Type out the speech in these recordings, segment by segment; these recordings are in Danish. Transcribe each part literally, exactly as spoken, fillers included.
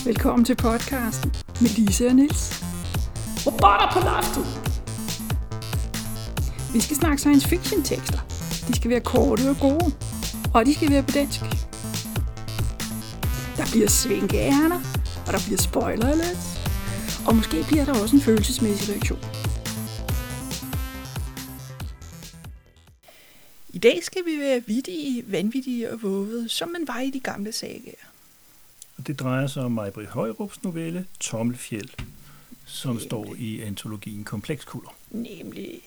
Velkommen til podcasten med Lise og Niels. Robotter på loftet! Vi skal snakke science fiction tekster. De skal være korte og gode, og de skal være på dansk. Der bliver svinkeærner, og der bliver spoiler alert, og måske bliver der også en følelsesmæssig reaktion. I dag skal vi være vittige, vanvittige og vågede, som man var i de gamle sagaer. Det drejer sig om Maj-Britt Højrups novelle Tommelfjeld, som Nemlig. står i antologien Komplekskulder. Nemlig.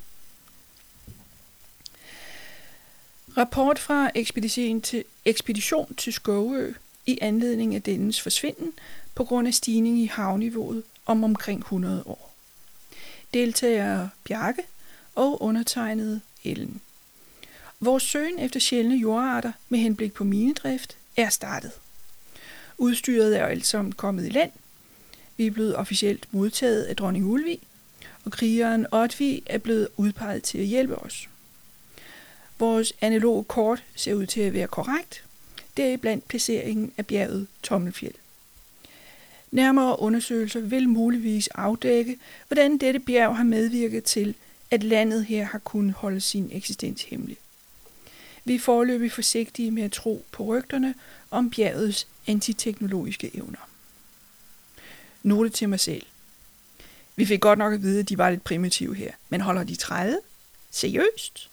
Rapport fra ekspedition til, ekspedition til Skovø i anledning af dennes forsvinden på grund af stigning i havniveauet om omkring hundrede år. Deltager Bjarke og undertegnede Ellen. Vores søgen efter sjældne jordarter med henblik på minedrift er startet. Udstyret er alt sammen kommet i land. Vi er blevet officielt modtaget af dronning Ulvig, og krigeren Oddvig er blevet udpeget til at hjælpe os. Vores analoge kort ser ud til at være korrekt. Det er blandt placeringen af bjerget Tommelfjeld. Nærmere undersøgelser vil muligvis afdække, hvordan dette bjerg har medvirket til, at landet her har kunnet holde sin eksistens hemmelig. Vi er foreløbig forsigtige med at tro på rygterne om bjergets antiteknologiske evner. Note til mig selv. Vi fik godt nok at vide, at de var lidt primitive her, men holder de træde? Seriøst?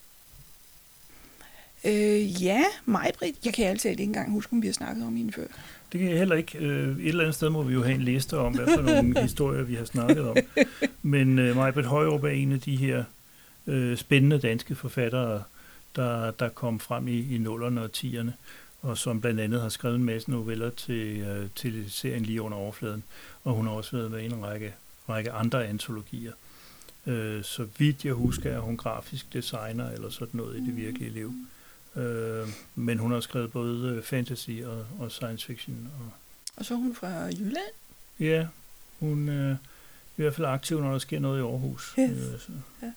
Øh, ja, Maj-Britt. Jeg kan altid ikke engang huske, om vi har snakket om hende før. Det kan jeg heller ikke. Et eller andet sted må vi jo have en liste om, hvad for nogle historier, vi har snakket om. Men uh, Maj-Britt Højrup er en af de her uh, spændende danske forfattere, der, der kom frem i, i nullerne og tierne, og som blandt andet har skrevet en masse noveller til, uh, til serien Lige under overfladen, og hun har også været med i en række, række andre antologier. Uh, så vidt jeg husker, er hun grafisk designer eller sådan noget i det virkelige liv. Uh, men hun har skrevet både fantasy og, og science fiction. Og, og så er hun fra Jylland? Ja, hun er uh, i hvert fald aktiv, når der sker noget i Aarhus. Yes. Uh, så. Ja.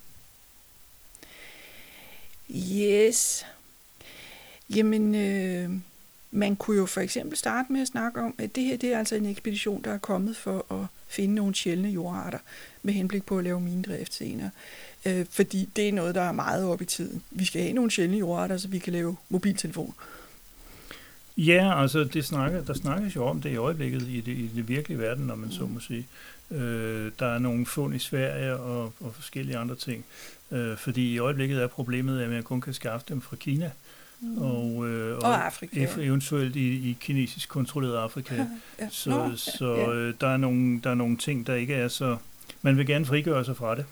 Yes. Jamen, øh, man kunne jo for eksempel starte med at snakke om, at det her det er altså en ekspedition, der er kommet for at finde nogle sjældne jordarter med henblik på at lave minedrift senere. Øh, fordi det er noget, der er meget op i tiden. Vi skal have nogle sjældne jordarter, så vi kan lave mobiltelefoner. Ja, altså det snakker, der snakkes jo om det i øjeblikket i det, i det virkelige verden, når man så må sige. Øh, der er nogle fund i Sverige og, og forskellige andre ting. Øh, fordi i øjeblikket er problemet, at man kun kan skaffe dem fra Kina. Mm. Og, øh, og, og Afrika. F- eventuelt i, i kinesisk kontrolleret Afrika. Ja, ja. Så, Nå, så ja. øh, der, er nogle, der er nogle ting, der ikke er så... Man vil gerne frigøre sig fra det.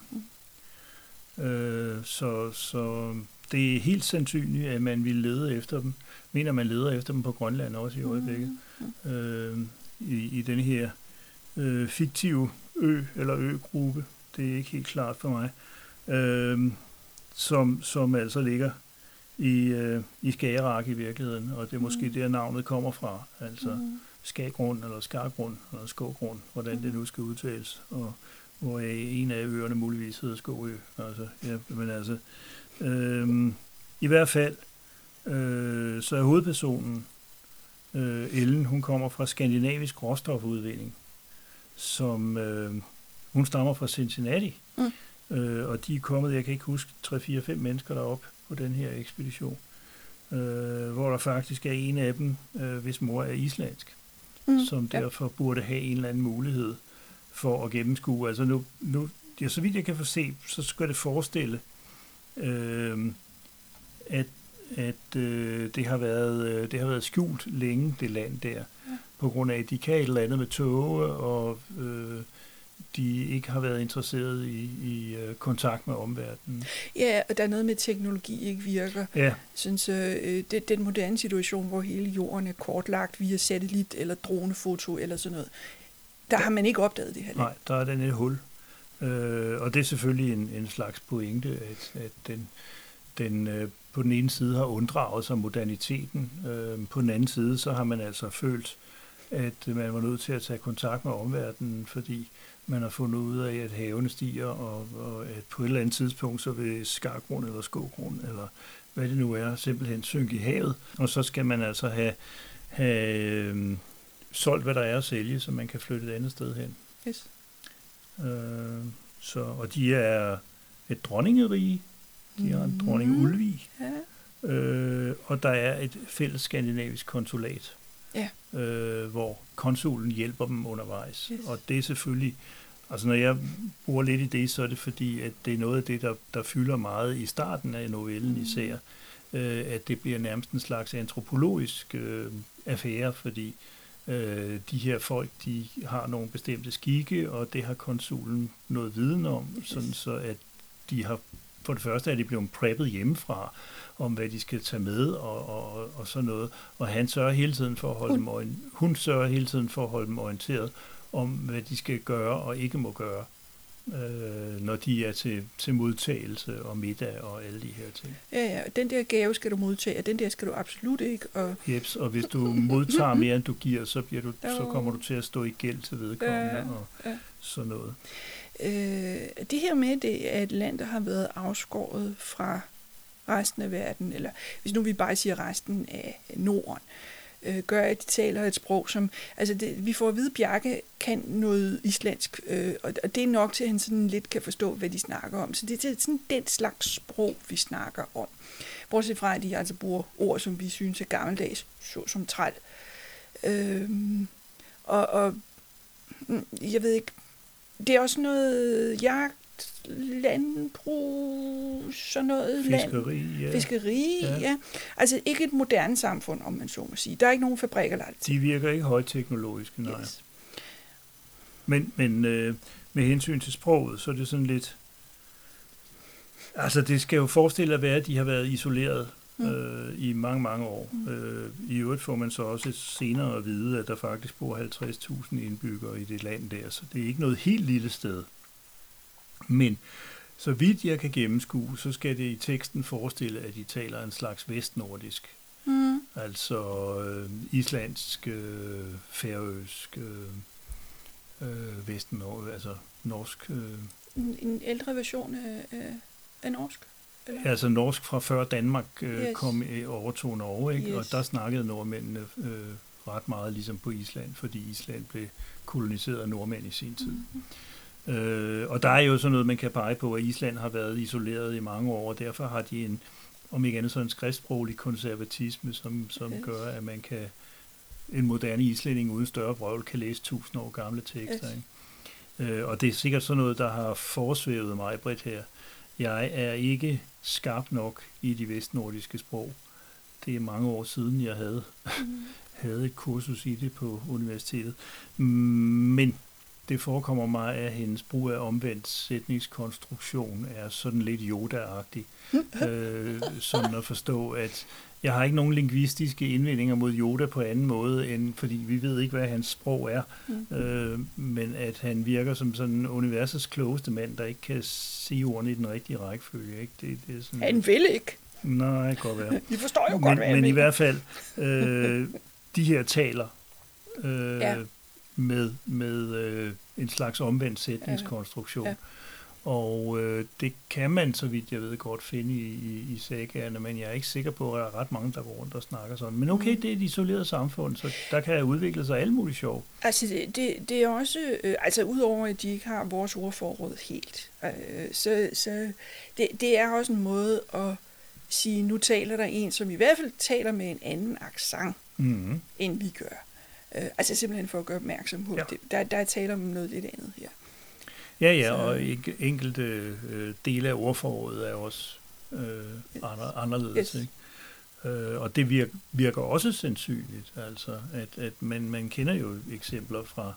Mm. Øh, så, så det er helt sandsynligt, at man vil lede efter dem. Mener man leder efter dem på Grønland også i øjeblikket. Mm. Øh, i, I denne her øh, fiktive ø eller øgruppe. Det er ikke helt klart for mig. Øh, som, som altså ligger i, øh, i Skagerrak i virkeligheden, og det er måske mm. der navnet kommer fra, altså mm. Skagrund eller Skargrund eller Skogrund, hvordan mm. det nu skal udtales, og hvor en af øerne muligvis hedder Skogø. Altså, ja, men altså, øh, i hvert fald, øh, så er hovedpersonen øh, Ellen, hun kommer fra skandinavisk råstofudvinding, som øh, hun stammer fra Cincinnati, mm. øh, og de er kommet, jeg kan ikke huske, tre, fire, fem mennesker derop på den her ekspedition, øh, hvor der faktisk er en af dem, øh, hvis mor er islandsk, mm. som ja. derfor burde have en eller anden mulighed for at gennemskue. Altså nu, nu ja, så vidt jeg kan få se, så skal det forestille, øh, at, at øh, det, har været, øh, det har været skjult længe, det land der, ja. på grund af, at de kan et eller andet med tåge, og øh, de ikke har været interesseret i, i uh, kontakt med omverdenen. Ja, og der er noget med, at teknologi ikke virker. Ja. Synes, øh, det, den moderne situation, hvor hele jorden er kortlagt via satellit eller dronefoto eller sådan noget, der ja. har man ikke opdaget det her. Nej, der er den et hul. Øh, og det er selvfølgelig en, en slags pointe, at, at den, den øh, på den ene side har unddraget sig moderniteten. Øh, på den anden side, så har man altså følt, at man var nødt til at tage kontakt med omverdenen, fordi man har fundet ud af, at havene stiger, og, og at på et eller andet tidspunkt, så vil Skargrund eller Skogrund, eller hvad det nu er, simpelthen synke i havet. Og så skal man altså have, have solgt, hvad der er at sælge, så man kan flytte et andet sted hen. Yes. Øh, så, og de er et dronningerige. De har en dronning Ulvig. Ja. Øh, og der er et fælles skandinavisk konsulat, ja. øh, hvor konsulen hjælper dem undervejs. Yes. Og det er selvfølgelig, altså når jeg bruger lidt i det, så er det fordi, at det er noget af det, der, der fylder meget i starten af novellen mm. især, øh, at det bliver nærmest en slags antropologisk øh, affære, fordi øh, de her folk, de har nogle bestemte skikke, og det har konsulen noget viden om, yes. sådan så at de har, for det første er de blevet preppet hjemmefra, om hvad de skal tage med og, og, og sådan noget. Og han sørger hele tiden for at holde hun. dem orien- hun sørger hele tiden for at holde dem orienteret om, hvad de skal gøre og ikke må gøre, øh, når de er til, til modtagelse og middag og alle de her ting. Ja, ja. Den der gave skal du modtage, og den der skal du absolut ikke. Og, Jeps, og hvis du modtager mere, end du giver, så, bliver du, så kommer du til at stå i gæld til vedkommende ja, og ja. sådan noget. Øh, det her med, det er et land, der har været afskåret fra resten af verden, eller hvis nu vi bare siger resten af Norden, øh, gør, at de taler et sprog, som, altså det, vi får at vide, at Bjarke kan noget islandsk, øh, og, og det er nok til, at han sådan lidt kan forstå, hvad de snakker om. Så det er sådan den slags sprog, vi snakker om. Bortset fra, at de altså bruger ord, som vi synes er gammeldags, så som træl. Øh, og, og jeg ved ikke, det er også noget jagt, landbrug, sådan noget. Fiskeri, land, ja. Fiskeri, ja. ja. Altså ikke et moderne samfund, om man så må sige. Der er ikke nogen fabrikker, der er det. De virker ikke højteknologiske, nej. Yes. Men, men øh, med hensyn til sproget, så er det sådan lidt... Altså det skal jo forestille at være, at de har været isoleret mm. øh, i mange, mange år. Mm. Øh, I øvrigt får man så også senere at vide, at der faktisk bor halvtreds tusind indbyggere i det land der, så det er ikke noget helt lille sted. Men så vidt jeg kan gennemskue, så skal det i teksten forestille, at de taler en slags vestnordisk. Mm. Altså øh, islandsk, øh, færøsk, øh, øh, vestnord, altså norsk. Øh. En, en ældre version af, af, af norsk? Eller? Altså norsk fra før Danmark øh, yes. kom overtog Norge, ikke? Yes. Og der snakkede nordmændene øh, ret meget ligesom på Island, fordi Island blev koloniseret af nordmænd i sin tid. Mm-hmm. Øh, og der er jo sådan noget, man kan pege på, at Island har været isoleret i mange år, og derfor har de en, om ikke andet, så en skriftsproglig konservatisme, som, som yes. gør, at man kan, en moderne islænding uden større vrøvl, kan læse tusind år gamle tekster. Yes. Ikke? Øh, og det er sikkert sådan noget, der har forsvævet mig, Britt, her. Jeg er ikke skarp nok i de vestnordiske sprog. Det er mange år siden, jeg havde, mm. havde et kursus i det på universitetet. Men det forekommer mig, at hendes brug af omvendt sætningskonstruktion er sådan lidt Yoda-agtig. øh, sådan at forstå, at jeg har ikke nogen lingvistiske indvendinger mod Yoda på anden måde, end fordi vi ved ikke, hvad hans sprog er. Mm. Øh, men at han virker som sådan universets klogeste mand, der ikke kan sige ordene i den rigtige rækkefølge. Ikke? Det, det er sådan, han vil ikke. Nej, godt være. I forstår jo men, godt, hvad Men jeg i hvert fald, øh, de her taler øh, ja. med, med øh, en slags omvendt sætningskonstruktion. Ja. Ja. Og øh, det kan man, så vidt jeg ved, godt finde i, i, i sagaerne, men jeg er ikke sikker på, at der er ret mange, der går rundt og snakker sådan. Men okay, det er et isoleret samfund, så der kan udvikle sig alle mulige sjov. Altså, det, det, det er også, øh, altså udover at de ikke har vores ordforråd helt, øh, så, så det, det er også en måde at sige, nu taler der en, som i hvert fald taler med en anden accent, mm-hmm. end vi gør. Øh, altså simpelthen for at gøre opmærksom på ja. det. Der, der er tale om noget lidt andet her. Ja, ja, og enkelte øh, dele af ordforrådet er også øh, andre, anderledes. Yes. Ikke? Øh, og det virker, virker også sandsynligt, altså, at, at man, man kender jo eksempler fra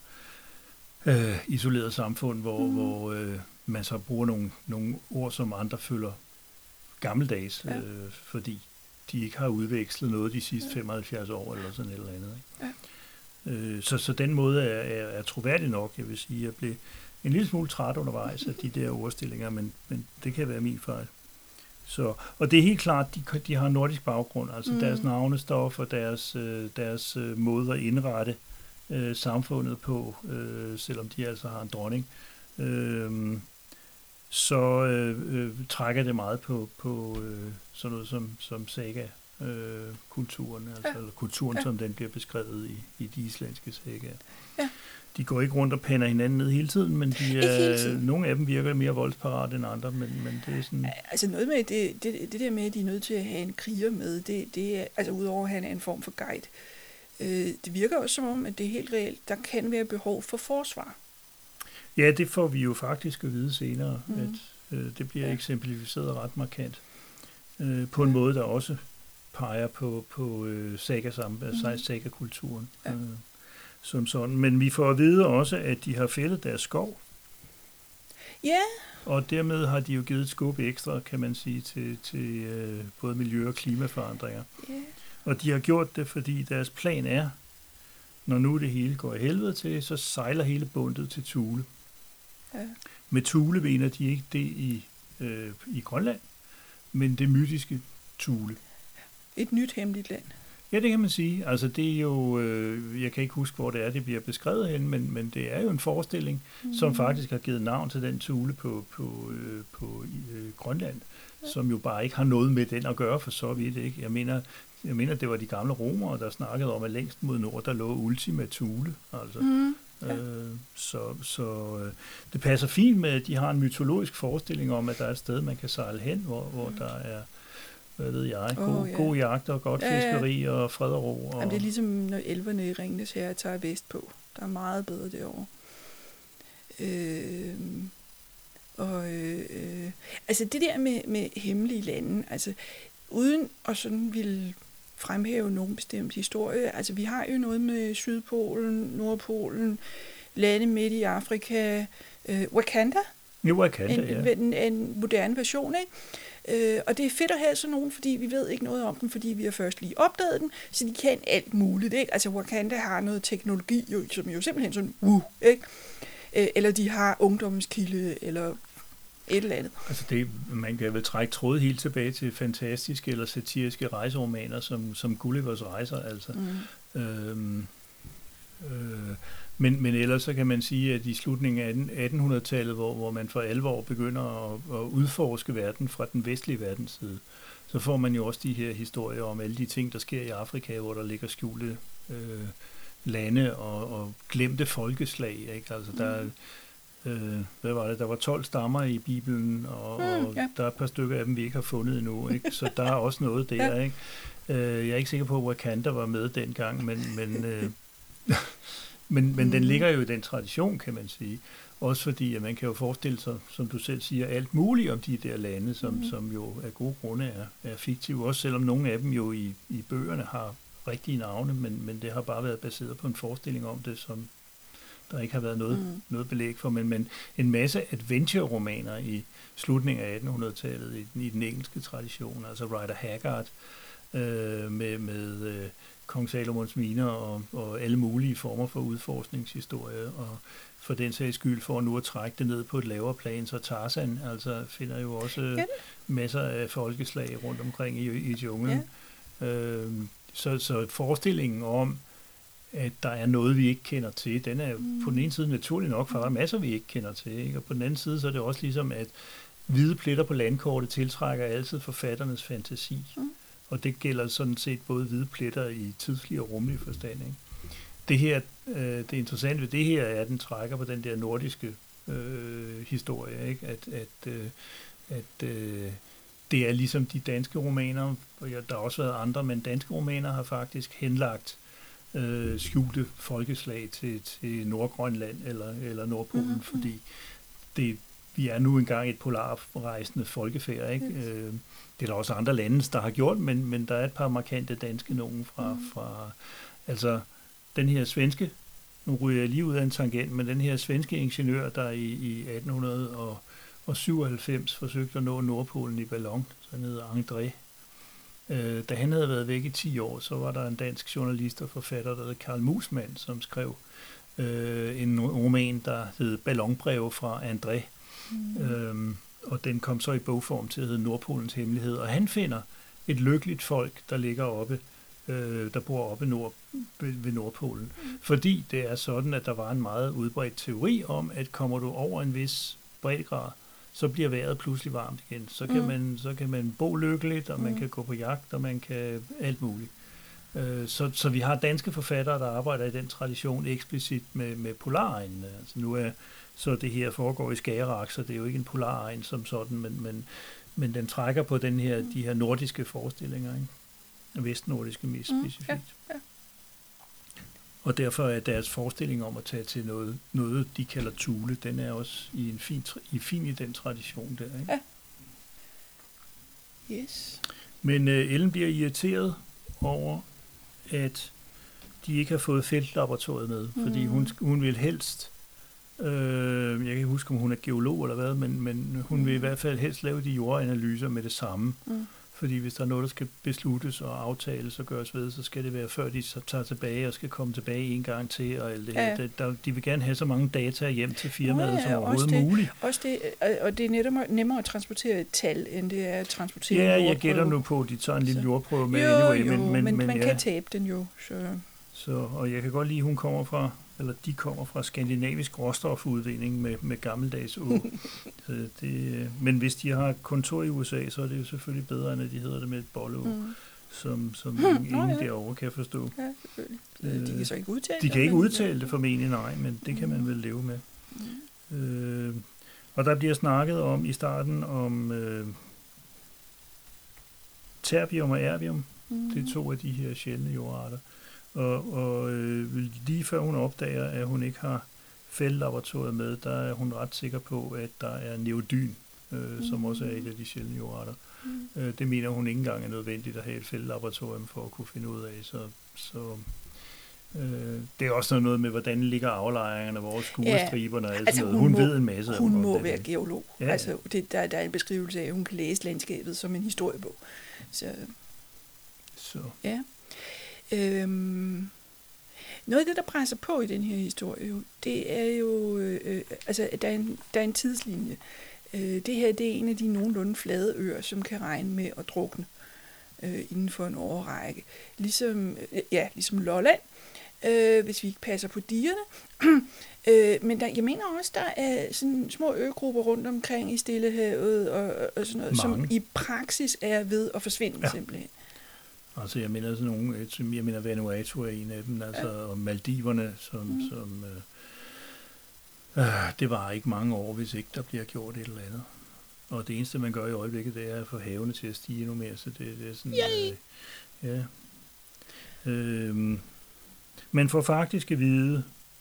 øh, isoleret samfund, hvor, mm. hvor øh, man så bruger nogle, nogle ord, som andre føler gammeldags, ja. øh, fordi de ikke har udvekslet noget de sidste ja. femoghalvfjerds år eller sådan et eller andet. Ikke? Ja. Øh, så, så den måde er, er, er troværdig nok, jeg vil sige. Jeg blev en lille smule træt undervejs af de der ordstillinger, men, men det kan være min fejl. Så, og det er helt klart, de, de har nordisk baggrund, altså mm. deres navnestof og deres, øh, deres øh, måde at indrette øh, samfundet på, øh, selvom de altså har en dronning, øh, så øh, øh, trækker det meget på, på øh, sådan noget som, som saga øh, kulturen, altså ja. eller kulturen, ja. som den bliver beskrevet i, i de islandske sagaer. Ja. De går ikke rundt og pander hinanden ned hele tiden, men de er, nogle af dem virker mere voldsparat end andre, men, men det er sådan... Altså noget med det, det, det der med, at de er nødt til at have en kriger med, det, det er, altså udover at han er en form for guide, øh, det virker også som om, at det er helt reelt, der kan være behov for forsvar. Ja, det får vi jo faktisk at vide senere, mm. at øh, det bliver ja. eksemplificeret ret markant, øh, på en ja. måde, der også peger på, på øh, saga-kulturen. Saga-kulturen. Ja. Øh. Som sådan. Men vi får at vide også, at de har fældet deres skov. Ja. Og dermed har de jo givet et skub ekstra, kan man sige, til, til øh, både miljø- og klimaforandringer. Ja. Og de har gjort det, fordi deres plan er, når nu det hele går i helvede til, så sejler hele bundet til Thule. Ja. Med Thule mener de ikke det i, øh, i Grønland, men det mytiske Thule. Et nyt hemmeligt land. Ja, det kan man sige. Altså det er jo, øh, jeg kan ikke huske, hvor det er, det bliver beskrevet hen, men, men det er jo en forestilling, mm. som faktisk har givet navn til den Thule på, på, øh, på øh, Grønland, ja. som jo bare ikke har noget med den at gøre for så vidt, ikke? Jeg mener, jeg mener, det var de gamle romere, der snakkede om, at længst mod nord, der lå Ultima Thule. Altså. Mm. Ja. Øh, så så øh, det passer fint med, at de har en mytologisk forestilling om, at der er et sted, man kan sejle hen, hvor, hvor mm. der er hvad ved jeg, god, oh, ja. god jagt og godt fiskeri ja, ja. og fred og ro. Og... Jamen, det er ligesom, når elverne i Ringnes her tager vest på. Der er meget bedre derovre. Øh, og øh, altså det der med, med hemmelige lande, altså uden at sådan ville fremhæve nogen bestemt historie, altså vi har jo noget med Sydpolen, Nordpolen, lande midt i Afrika, øh, Wakanda. Jo, Wakanda, en, ja. En, en moderne version, ikke? Øh, og det er fedt at have sådan nogen, fordi vi ved ikke noget om dem, fordi vi har først lige opdaget den, så de kan alt muligt, ikke? Altså Wakanda har noget teknologi, jo, som jo simpelthen sådan, uh, ikke? Øh, eller de har ungdommens kilde, eller et eller andet. Altså det, man kan vel trække tråd helt tilbage til fantastiske eller satiriske rejseromaner, som, som Gullivers rejser, altså. Mm. Øhm, øh, Men, men ellers så kan man sige, at i slutningen af attenhundredetallet, hvor, hvor man for alvor begynder at, at udforske verden fra den vestlige verdens side, så får man jo også de her historier om alle de ting, der sker i Afrika, hvor der ligger skjulte øh, lande og, og glemte folkeslag. Ikke? Altså der, øh, hvad var det? Der var tolv stammer i Bibelen, og, mm, ja. og der er et par stykker af dem, vi ikke har fundet endnu. Ikke? Så der er også noget der. Ja. Ikke? Øh, jeg er ikke sikker på, at Wakanda var med dengang, men... men øh, Men, men mm. den ligger jo i den tradition, kan man sige. Også fordi, at man kan jo forestille sig, som du selv siger, alt muligt om de der lande, som, mm. som jo af gode grunde er, er fiktive. Også selvom nogle af dem jo i, i bøgerne har rigtige navne, men, men det har bare været baseret på en forestilling om det, som der ikke har været noget, mm. noget belæg for. Men, men en masse adventure-romaner i slutningen af attenhundredetallet i den, i den engelske tradition, altså Rider Haggard øh, med... med øh, Kong Salomons miner og, og alle mulige former for udforskningshistorie, og for den sags skyld for nu at trække det ned på et lavere plan, så Tarzan altså finder jo også ja. masser af folkeslag rundt omkring i, i junglen. Ja. Øh, så, så forestillingen om, at der er noget, vi ikke kender til, den er mm. på den ene side naturlig nok, for der er masser, vi ikke kender til, ikke? Og på den anden side, så er det også ligesom, at hvide pletter på landkortet tiltrækker altid forfatternes fantasi. Mm. Og det gælder sådan set både hvide pletter i tidslig og rummelig forstand. Ikke? Det her, øh, det interessante ved det her er, at den trækker på den der nordiske øh, historie, ikke? At, at, øh, at øh, det er ligesom de danske romaner, og ja, der har også været andre, men danske romaner har faktisk henlagt øh, skjulte folkeslag til, til Nordgrønland eller, eller Nordpolen, mm-hmm. fordi det, vi er nu engang et polarrejsende folkefærd, ikke? Yes. Øh, det er der også andre lande, der har gjort, men, men der er et par markante danske nogen fra, mm. fra, altså den her svenske, nu ryger jeg lige ud af en tangent, men den her svenske ingeniør, der i, i atten syvoghalvfems forsøgte at nå Nordpolen i ballon, så han hedder André. Øh, da han havde været væk i ti år, så var der en dansk journalist og forfatter, der hed Karl Musmann, som skrev øh, en roman, der hed Ballonbreve fra André. Mm. Øhm, og den kom så i bogform til at hedde Nordpolens Hemmelighed, og han finder et lykkeligt folk, der ligger oppe, øh, der bor oppe nord, ved, ved Nordpolen, mm. fordi det er sådan, at der var en meget udbredt teori om, at kommer du over en vis breddegrad, så bliver vejret pludselig varmt igen. Så kan, mm. man, så kan man bo lykkeligt, og man mm. kan gå på jagt, og man kan alt muligt. Øh, så, så vi har danske forfattere, der arbejder i den tradition eksplicit med, med polaregnene. Altså nu er så det her foregår i Skagerrak, så det er jo ikke en polaregn som sådan, men, men, men den trækker på den her, de her nordiske forestillinger, ikke? Vestnordiske mest mm. specifikt. Ja, ja. Og derfor er deres forestilling om at tage til noget, noget de kalder Thule, den er også i en fin, i fin i den tradition der, ikke? Ja. Yes. Men uh, Ellen bliver irriteret over, at de ikke har fået feltlaboratoriet med, mm. fordi hun, hun vil helst, øh, jeg kan ikke huske, om hun er geolog eller hvad, men, men hun mm. vil i hvert fald helst lave de jordanalyser med det samme. Mm. Fordi hvis der er noget, der skal besluttes og aftales og gøres ved, så skal det være før de så tager tilbage og skal komme tilbage en gang til. Og alt det her. Ja. Det, der, de vil gerne have så mange data hjem til firmaet ja, ja, som overhovedet det, muligt. Også det, og det er nemmere, nemmere at transportere et tal, end det er at transportere ja, en jordprøve. Ja, jeg gætter nu på, at de tager en lille jordprøve med jo, anyway. Jo, men, men, men, men man ja. kan tabe den jo. Så. Så, og jeg kan godt lide, at hun kommer fra, eller de kommer fra skandinavisk råstofudvinding med, med gammeldags å. så det, men hvis de har kontor i U S A, så er det jo selvfølgelig bedre, end at de hedder det med et bolle, mm. som, som hmm, ingen nå, ja. derovre kan forstå. Ja, selvfølgelig. Øh, de kan så ikke udtale de det. De kan ikke udtale det formentlig, nej, men det kan man vel leve med. Mm. Øh, og der bliver snakket om i starten om øh, terbium og erbium. Mm. Det er to af de her sjældne jordarter. Og, og øh, lige før hun opdager, at hun ikke har feltlaboratoriet med, der er hun ret sikker på, at der er neodyn, øh, mm. som også er et af de sjældne jordarter. Mm. Øh, det mener hun ikke engang er nødvendigt at have et feltlaboratorium for at kunne finde ud af. Så, så øh, det er også noget med, hvordan ligger aflejringerne, hvor skurestriberne og alt altså sådan noget. Hun, hun må, ved en masse hun om Hun må det. være geolog. Ja. Altså, det, der, der er en beskrivelse af, at hun kan læse landskabet som en historiebog. Så, så. Ja. Øhm, noget af det, der presser på i den her historie, jo, det er jo, øh, altså, der er en, der er en tidslinje. Øh, det her, det er en af de nogenlunde flade øer, som kan regne med at drukne øh, inden for en årrække. Ligesom, øh, ja, ligesom Lolland, øh, hvis vi ikke passer på digerne. øh, men der, jeg mener også, der er sådan små øgrupper rundt omkring i Stillehavet, og, og sådan noget, som i praksis er ved at forsvinde ja. simpelthen. Altså, jeg mener sådan nogle, jeg mener Vanuatu er en af dem, altså, ja. og Maldiverne, som, mm. som øh, øh, det var ikke mange år, hvis ikke der bliver gjort et eller andet. Og det eneste, man gør i øjeblikket, det er at få havene til at stige endnu mere, så det, det er sådan, øh, ja. Øh, man får faktisk at vide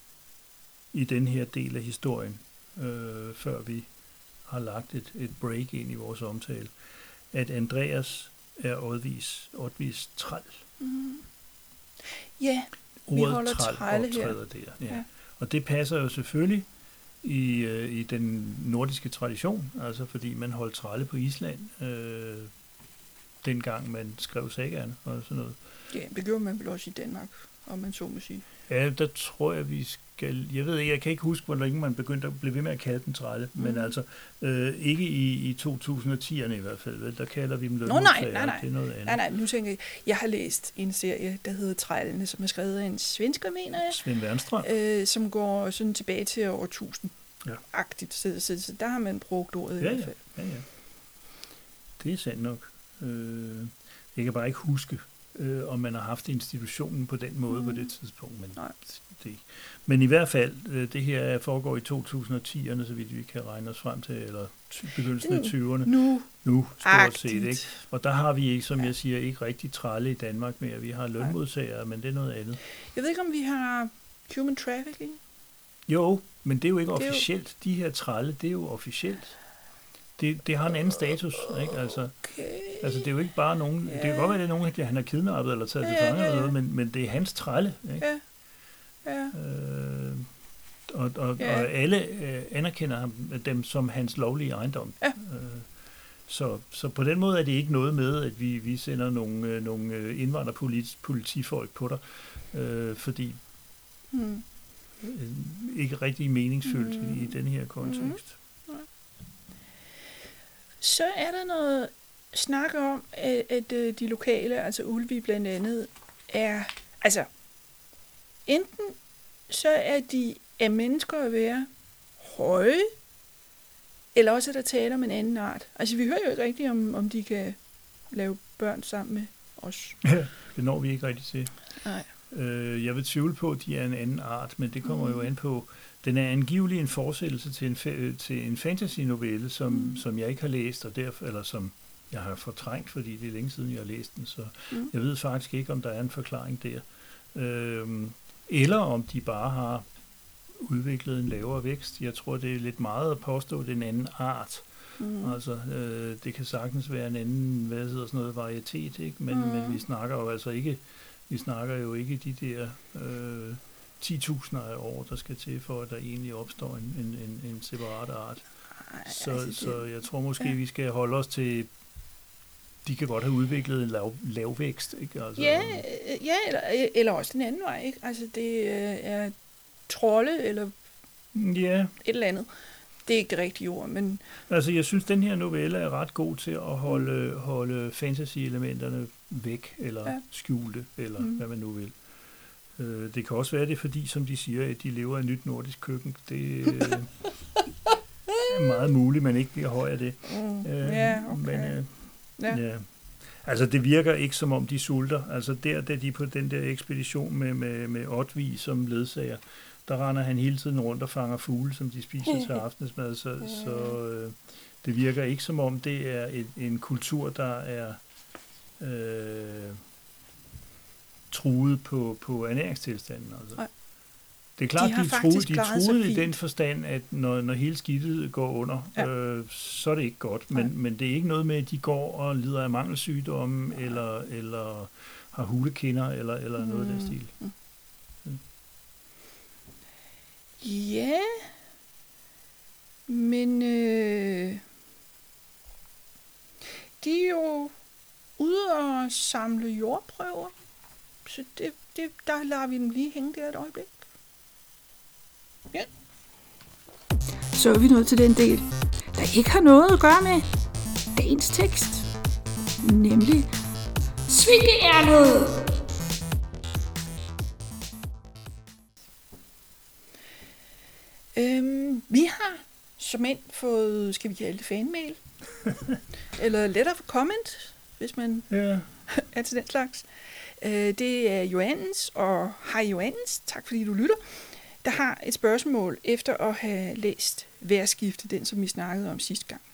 i den her del af historien, øh, før vi har lagt et, et break ind i vores omtale, at Andreas er Oddvis, Oddvis træl. Mm. Ja, vi ordet holder træl trælle her. Der. Ja. Ja. Og det passer jo selvfølgelig i, øh, i den nordiske tradition, altså fordi man holdt trælle på Island, øh, dengang man skrev sagaerne og sådan noget. Ja, det gjorde man vel også i Danmark, om man så må sige. Ja, der tror jeg, vi skal... Jeg ved ikke, jeg kan ikke huske, hvor længe man begyndte at blive ved med at kalde dem trælle, mm. men altså øh, ikke i, i to tusind og ti'erne i hvert fald, vel? Der kalder vi dem lønmodtagere. Nej, nej, nej. Det er noget andet. Nej, nej, nu tænker jeg, jeg har læst en serie, der hedder Trællene, som er skrevet af en svensker, mener jeg. Svend Wernström. Øh, som går sådan tilbage til år tusind-agtigt, ja. så, så, så der har man brugt ordet ja, i hvert fald. Ja, ja, ja. Det er sandt nok. Øh, jeg kan bare ikke huske, Øh, om man har haft institutionen på den måde mm. på det tidspunkt. Men, det, men i hvert fald, øh, det her foregår i to tusind og ti'erne, så vidt vi kan regne os frem til, eller ty- begyndelsen af tyverne. Nu. Nu, stort set. Ikke? Og der har vi ikke, som ja. jeg siger, ikke rigtig trælle i Danmark mere. Vi har lønmodtagere, men det er noget andet. Jeg ved ikke, om vi har human trafficking? Jo, men det er jo ikke det officielt. Jo... De her trælle, det er jo officielt. Det, det har en anden status, ikke? Altså, okay. altså det er jo ikke bare nogen, yeah. det kan godt være, det er nogen, der han har kidnappet eller taget yeah, til fange yeah, eller noget, men, men det er hans trælle, ikke? Yeah. Yeah. Øh, og, og, yeah. og alle øh, anerkender ham, dem som hans lovlige ejendom. Yeah. Øh, så, så på den måde er det ikke noget med, at vi, vi sender nogle, øh, nogle indvandrerpolitifolk på dig, øh, fordi mm. øh, ikke rigtig meningsfyldt mm. i, i den her kontekst. Mm. Så er der noget snak om, at, at de lokale, altså Ulvi blandt andet, er, altså, enten så er de af mennesker at være høje, Eller også er der tale om en anden art. Altså, vi hører jo ikke rigtigt, om, om de kan lave børn sammen med os. Ja, det når vi ikke rigtigt til. Nej. Øh, jeg vil tvivle på, at de er en anden art, men det kommer mm. jo an på. Den er angiveligt en fortsættelse til en, fa- til en fantasy-novelle, som, mm. som jeg ikke har læst, og derfor, eller som jeg har fortrængt, fordi det er længe siden, jeg har læst den, så mm. jeg ved faktisk ikke, om der er en forklaring der. Øh, eller om de bare har udviklet en lavere vækst. Jeg tror, det er lidt meget at påstå, at det er en anden art. Mm. Altså, øh, det kan sagtens være en anden, hvad hedder sådan noget, varietet, ikke? Men, mm. men vi snakker jo altså ikke, vi snakker jo ikke de der øh, ti tusinder af år, der skal til, for at der egentlig opstår en, en, en, en separat art. Ej, så, altså det, så jeg tror måske, ja. vi skal holde os til, de kan godt have udviklet en lav, lavvækst, ikke? Altså, ja, ja eller, eller også den anden vej, ikke? Altså, det er trolde, eller ja. et eller andet. Det er ikke det rigtige ord, men... Altså, jeg synes, den her novelle er ret god til at holde, holde fantasy-elementerne væk, eller ja. skjulte, eller mm. hvad man nu vil. Øh, det kan også være det, fordi, som de siger, at de lever i et nyt nordisk køkken. Det er meget muligt, men ikke bliver høj af det. Mm. Øh, ja, okay. Men, øh, ja. ja. Altså, det virker ikke, som om de sulter. Altså, der, da de på den der ekspedition med, med, med Oddvig som ledsager, der render han hele tiden rundt og fanger fugle, som de spiser til aftensmad, så, så øh, det virker ikke, som om det er et, en kultur, der er øh, truet på, på ernæringstilstanden. Altså. Det er klart, de, de er truet, de er truet i den forstand, at når, når hele skidtet går under, ja. øh, så er det ikke godt. Men, men det er ikke noget med, at de går og lider af mangelsygdomme, eller, eller har hulekinder, eller, eller mm. noget af den stil. Mm. Mm. Ja, men øh, de er jo ude og samle jordprøver, så det, det, der lader vi dem lige hænge der et øjeblik. Ja. Så er vi nået til den del, der ikke har noget at gøre med dagens tekst, nemlig svingeærnet. Øhm, vi har som end fået, skal vi kalde det fanmail, eller letter for comment, hvis man ja. er til den slags. Øh, det er Johannes, og hej Johannes, tak fordi du lytter, der har et spørgsmål efter at have læst Vejrskifte, den som vi snakkede om sidste gang.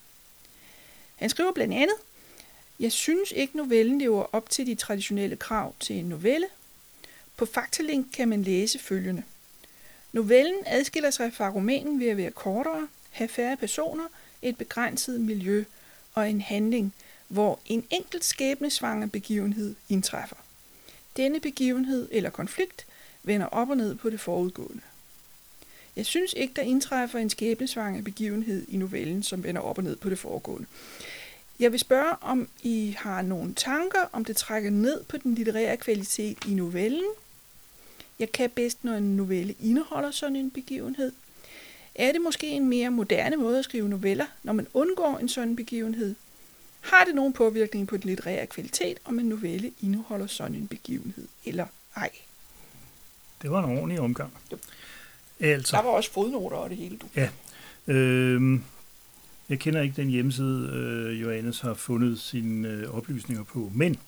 Han skriver blandt andet, jeg synes ikke novellen lever op til de traditionelle krav til en novelle. På Faktalink kan man læse følgende. Novellen adskiller sig fra romanen ved at være kortere, have færre personer, et begrænset miljø og en handling, hvor en enkelt skæbnesvanger begivenhed indtræffer. Denne begivenhed eller konflikt vender op og ned på det forudgående. Jeg synes ikke, der indtræffer en skæbnesvanger begivenhed i novellen, som vender op og ned på det foregående. Jeg vil spørge, om I har nogle tanker, om det trækker ned på den litterære kvalitet i novellen. Jeg kan bedst, når en novelle indeholder sådan en begivenhed. Er det måske en mere moderne måde at skrive noveller, når man undgår en sådan begivenhed? Har det nogen påvirkning på den litterære kvalitet, om en novelle indeholder sådan en begivenhed, eller ej? Det var en ordentlig omgang. Altså, der var også fodnoter og det hele. Du. Ja. Øh, jeg kender ikke den hjemmeside, øh, Johannes har fundet sine øh, oplysninger på, men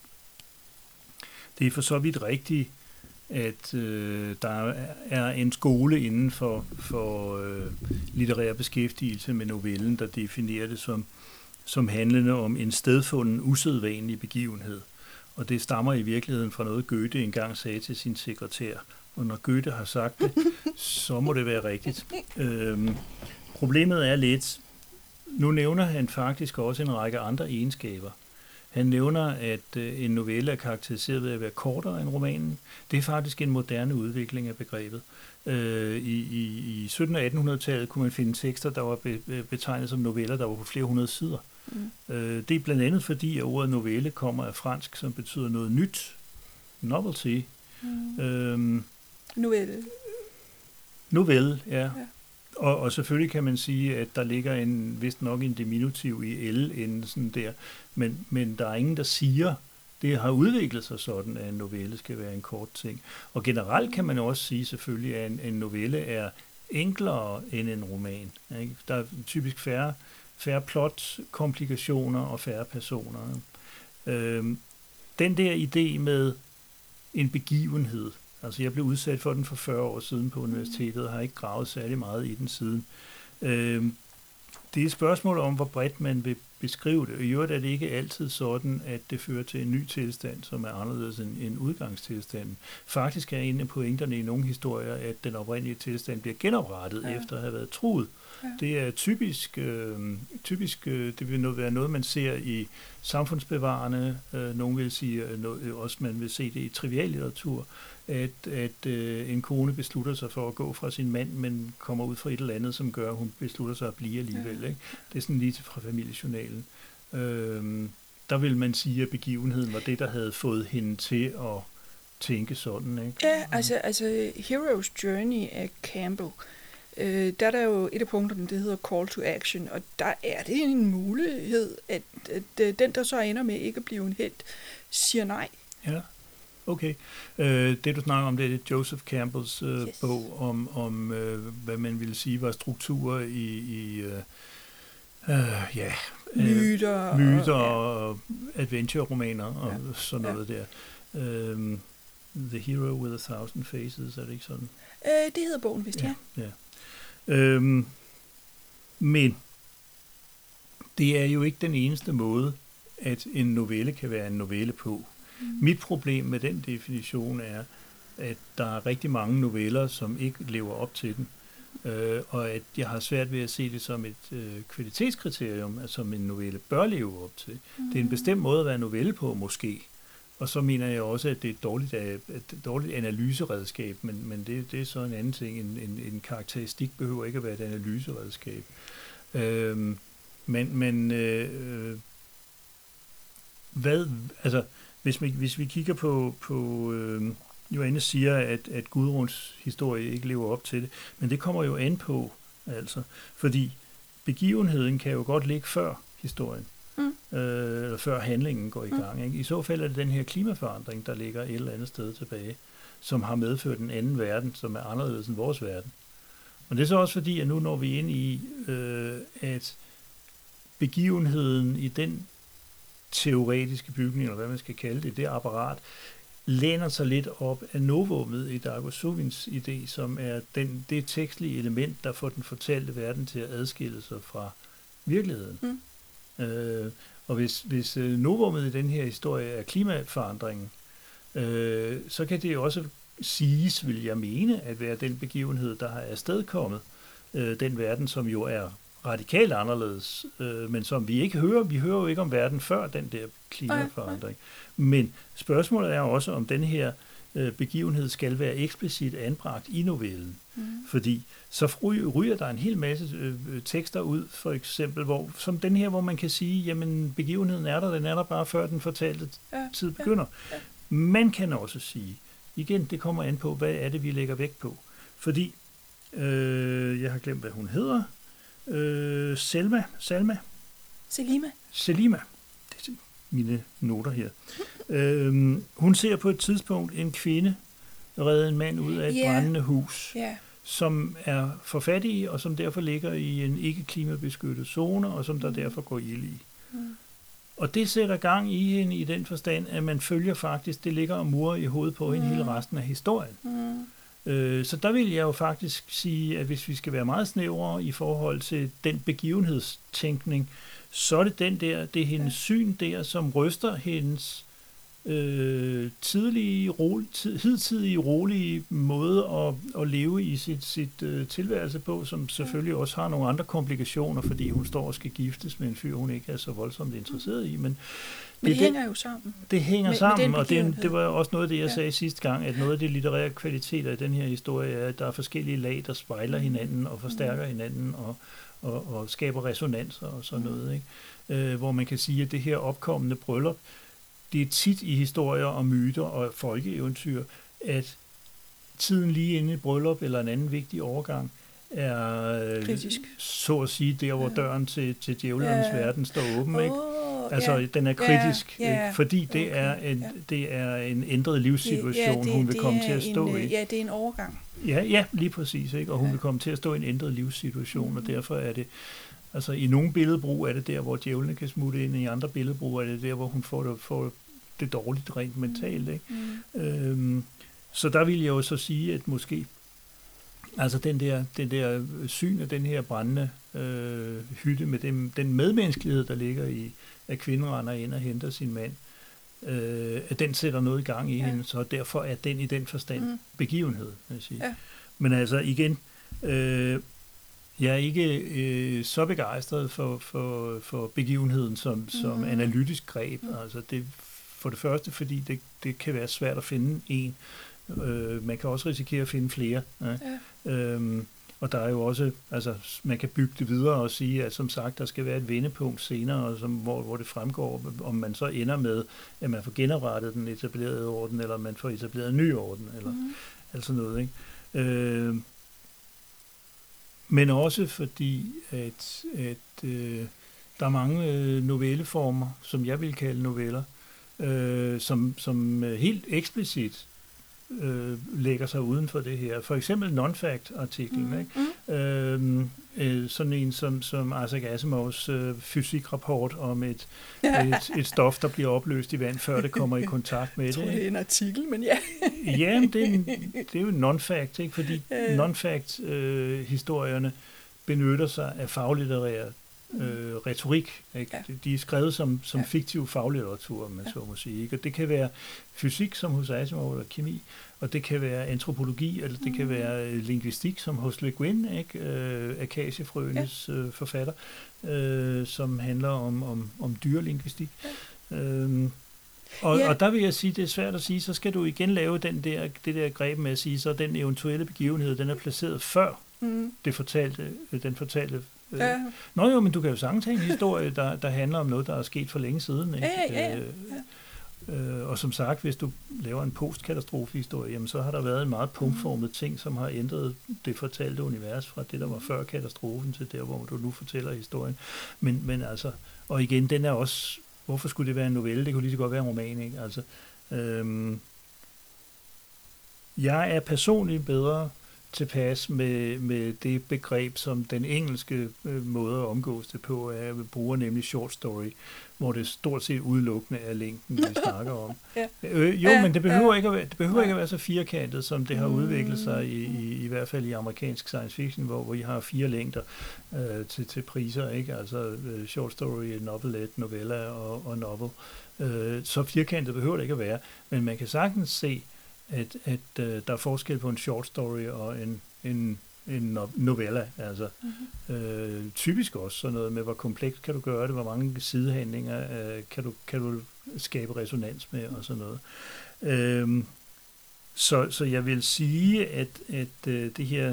det er for så vidt rigtigt, at øh, der er en skole inden for, for øh, litterær beskæftigelse med novellen, der definerer det som, som handlende om en stedfunden, usædvanlig begivenhed. Og det stammer i virkeligheden fra noget, Goethe engang sagde til sin sekretær. Og når Goethe har sagt det, så må det være rigtigt. Øhm, problemet er lidt, nu nævner han faktisk også en række andre egenskaber. Han nævner, at en novelle er karakteriseret ved at være kortere end romanen. Det er faktisk en moderne udvikling af begrebet. Øh, I i, i sytten- og attenhundredetallet kunne man finde tekster, der var be, betegnet som noveller, der var på flere hundrede sider. Mm. Øh, det er blandt andet fordi, at ordet novelle kommer af fransk, som betyder noget nyt. Novelty. Mm. Øhm, novelle. Novelle, ja. ja. Og, og selvfølgelig kan man sige, at der ligger en, vist nok en diminutiv i L, en sådan der, men, men der er ingen, der siger, det har udviklet sig sådan, at en novelle skal være en kort ting. Og generelt kan man også sige selvfølgelig, at en, en novelle er enklere end en roman. Ikke? Der er typisk færre, færre plot, komplikationer og færre personer. Øhm, den der idé med en begivenhed, altså jeg blev udsat for den for fyrre år siden på universitetet, og har ikke gravet særlig meget i den siden. Øhm, det er et spørgsmål om, hvor bredt man vil beskrive det. Og i øvrigt er det ikke altid sådan, at det fører til en ny tilstand, som er anderledes end, end udgangstilstanden. Faktisk er en af pointerne i nogle historier, at den oprindelige tilstand bliver genoprettet ja. efter at have været truet. Ja. Det er typisk, øh, typisk øh, det vil være noget, man ser i samfundsbevarende, øh, nogen vil sige, øh, noget, også man vil se det i triviallitteratur, at, at øh, en kone beslutter sig for at gå fra sin mand, men kommer ud fra et eller andet, som gør, at hun beslutter sig at blive alligevel. Ikke? Det er sådan lige fra familiejournalen. Øh, der vil man sige, at begivenheden var det, der havde fået hende til at tænke sådan. Ikke? Ja, altså, altså Hero's Journey af Campbell, øh, der er der jo et af punkterne, det hedder Call to Action, og der er det en mulighed, at, at, at den, der så ender med ikke at blive en helt, siger nej. Ja. Okay. Øh, det du snakker om, det er Joseph Campbells øh, yes. bog om, om øh, hvad man ville sige var strukturer i, i øh, øh, ja, myter, øh, myter og, og ja. adventure-romaner og ja. sådan noget ja. der. Øh, The Hero with a Thousand Faces, er det ikke sådan? Øh, det hedder bogen, vist, ja. ja. ja. Øh, men det er jo ikke den eneste måde, at en novelle kan være en novelle på. Mm. Mit problem med den definition er, at der er rigtig mange noveller, som ikke lever op til den, øh, og at jeg har svært ved at se det som et øh, kvalitetskriterium, altså som en novelle bør leve op til. Mm. Det er en bestemt måde at være novelle på, måske. Og så mener jeg også, at det er et dårligt, et dårligt analyseredskab, men, men det, det er så en anden ting. En, en, en karakteristik behøver ikke at være et analyseredskab. Øh, men men øh, hvad, altså Hvis vi, hvis vi kigger på, på øh, Johannes siger, at, at Gudruns historie ikke lever op til det, men det kommer jo an på, altså, fordi begivenheden kan jo godt ligge før historien, mm. øh, eller før handlingen går i gang. Ikke? I så fald er det den her klimaforandring, der ligger et eller andet sted tilbage, som har medført en anden verden, som er anderledes end vores verden. Og det er så også fordi, at nu når vi ind i, øh, at begivenheden i den teoretiske bygning, eller hvad man skal kalde det, det apparat, læner sig lidt op af novummet i Dargo Suvins idé, som er den, det tekstlige element, der får den fortalte verden til at adskille sig fra virkeligheden. Mm. Øh, og hvis, hvis novummet i den her historie er klimaforandringen, øh, så kan det også siges, vil jeg mene, at være den begivenhed, der har afstedkommet øh, den verden, som jo er radikalt anderledes, øh, men som vi ikke hører. Vi hører jo ikke om verden før den der klimaforandring. Men spørgsmålet er også, om den her øh, begivenhed skal være eksplicit anbragt i novellen. Mm. Fordi så ryger, ryger der en hel masse øh, tekster ud, for eksempel, hvor, som den her, hvor man kan sige, jamen begivenheden er der, den er der bare før den fortalte ja, tid begynder. Ja, ja. Man kan også sige, igen, det kommer an på, hvad er det, vi lægger vægt på. Fordi, øh, jeg har glemt, hvad hun hedder, Øh, Selma, Salma? Selima. Selima. Det er mine noter her. øhm, hun ser på et tidspunkt en kvinde redde en mand ud af et yeah. brændende hus, yeah. som er for fattig, og som derfor ligger i en ikke-klimabeskyttet zone, og som der mm. derfor går ild i. Mm. Og det sætter gang i hende i den forstand, at man følger faktisk, det ligger og murer i hovedet på mm. hende hele resten af historien. Mm. Så der vil jeg jo faktisk sige, at hvis vi skal være meget snævre i forhold til den begivenhedstænkning, så er det den der, det er hendes syn der, som ryster hendes øh, tidlige, ro, tid, hidtidige, rolige måde at, at leve i sit, sit øh, tilværelse på, som selvfølgelig også har nogle andre komplikationer, fordi hun står og skal giftes med en fyr, hun ikke er så voldsomt interesseret i, men Men det, det hænger jo sammen. Det hænger med, sammen, med og det, det var også noget af det, jeg ja. sagde sidste gang, at noget af de litterære kvaliteter i den her historie er, at der er forskellige lag, der spejler hinanden og forstærker mm. hinanden og, og, og skaber resonanser og sådan mm. noget. Ikke? Øh, hvor man kan sige, at det her opkommende bryllup, det er tit i historier og myter og folkeeventyr, at tiden lige inden et bryllup eller en anden vigtig overgang er kritisk. Så at sige der, hvor døren til, til djævlernes ja. verden står åben. Ikke? Oh. Altså, ja. den er kritisk, ja, ja. Ikke? Fordi det, okay, er en, ja. det er en ændret livssituation, det, ja, det, hun vil komme til at stå en, i. Ja, det er en overgang. Ja, ja, lige præcis. Ikke? Og hun ja. vil komme til at stå i en ændret livssituation, mm. og derfor er det, altså i nogle billedbrug er det der, hvor djævlene kan smutte ind, i andre billedbrug er det der, hvor hun får det, får det dårligt rent mentalt. Ikke? Mm. Øhm, så der vil jeg jo så sige, at måske altså den der, den der syn af den her brændende øh, hytte med den, den medmenneskelighed, der ligger i, at kvinden render ind og henter sin mand, øh, at den sætter noget i gang i ja. hende, så derfor er den i den forstand mm. begivenhed, vil jeg sige. Ja. Men altså igen, øh, jeg er ikke øh, så begejstret for, for, for begivenheden som, som mm. analytisk greb. Mm. Altså det, for det første, fordi det, det kan være svært at finde en. Øh, man kan også risikere at finde flere. Ja. Ja. Øhm, og der er jo også, altså man kan bygge det videre og sige, at som sagt, der skal være et vendepunkt senere, og som, hvor, hvor det fremgår, om man så ender med, at man får genoprettet den etablerede orden, eller man får etableret en ny orden, eller mm. altså noget, ikke? Øh, men også fordi, at, at øh, der er mange øh, novelleformer, som jeg vil kalde noveller, øh, som, som helt eksplicit øh, lægger sig uden for det her. For eksempel non-fact-artiklen, mm. ikke? Mm. Øh, øh, sådan en som, som Isaac Asimovs øh, fysikrapport om et, et, et stof, der bliver opløst i vand, før det kommer i kontakt med det. Jeg tror, det er en artikel, men ja. Ja, men det, er en, det er jo non-fact, ikke? Fordi non-fact-historierne øh, benytter sig af faglitterær øh, retorik. Ikke? Ja. De er skrevet som, som ja. fiktiv faglitteratur, om man ja. så må sige. Ikke? Og det kan være fysik, som hos Asimov, eller kemi, og det kan være antropologi, eller det mm. kan være lingvistik, som hos Le Guin, ikke? Øh, Akaciefrøenes ja. øh, forfatter, øh, som handler om, om, om dyrelingvistik. Ja. Øhm, og, yeah. og der vil jeg sige, det er svært at sige, så skal du igen lave den der, det der greb med at sige, så den eventuelle begivenhed, den er placeret før mm. det fortalte, den fortalte. Øh. Ja. Nå jo, men du kan jo sagtens have en historie, der, der handler om noget, der er sket for længe siden. Ikke? Ja, ja, ja. Øh, øh, og som sagt, hvis du laver en postkatastrofehistorie, jamen så har der været en meget punktformet ting, som har ændret det fortalte univers fra det, der var før katastrofen, til der, hvor du nu fortæller historien. Men, men altså, og igen, den er også. Hvorfor skulle det være en novelle? Det kunne lige så godt være en roman, ikke? Altså, øhm, jeg er personligt bedre tilpas med, med det begreb, som den engelske øh, måde at omgås det på, er, at bruger nemlig short story, hvor det stort set udelukkende er længden, vi snakker om. ja. øh, jo, ja, men det behøver, ja. ikke, at være, det behøver ja. ikke at være så firkantet, som det har udviklet sig, i, i, i hvert fald i amerikansk science fiction, hvor, hvor I har fire længder øh, til, til priser, ikke? Altså øh, short story, novelette, novella og, og novel. Øh, så firkantet behøver det ikke at være, men man kan sagtens se, at, at øh, der er forskel på en short story og en, en, en novella. Altså, mm-hmm. øh, typisk også sådan noget med, hvor komplekst kan du gøre det, hvor mange sidehandlinger øh, kan, du, kan du skabe resonans med og sådan noget. Øh, så, så jeg vil sige, at, at øh, det her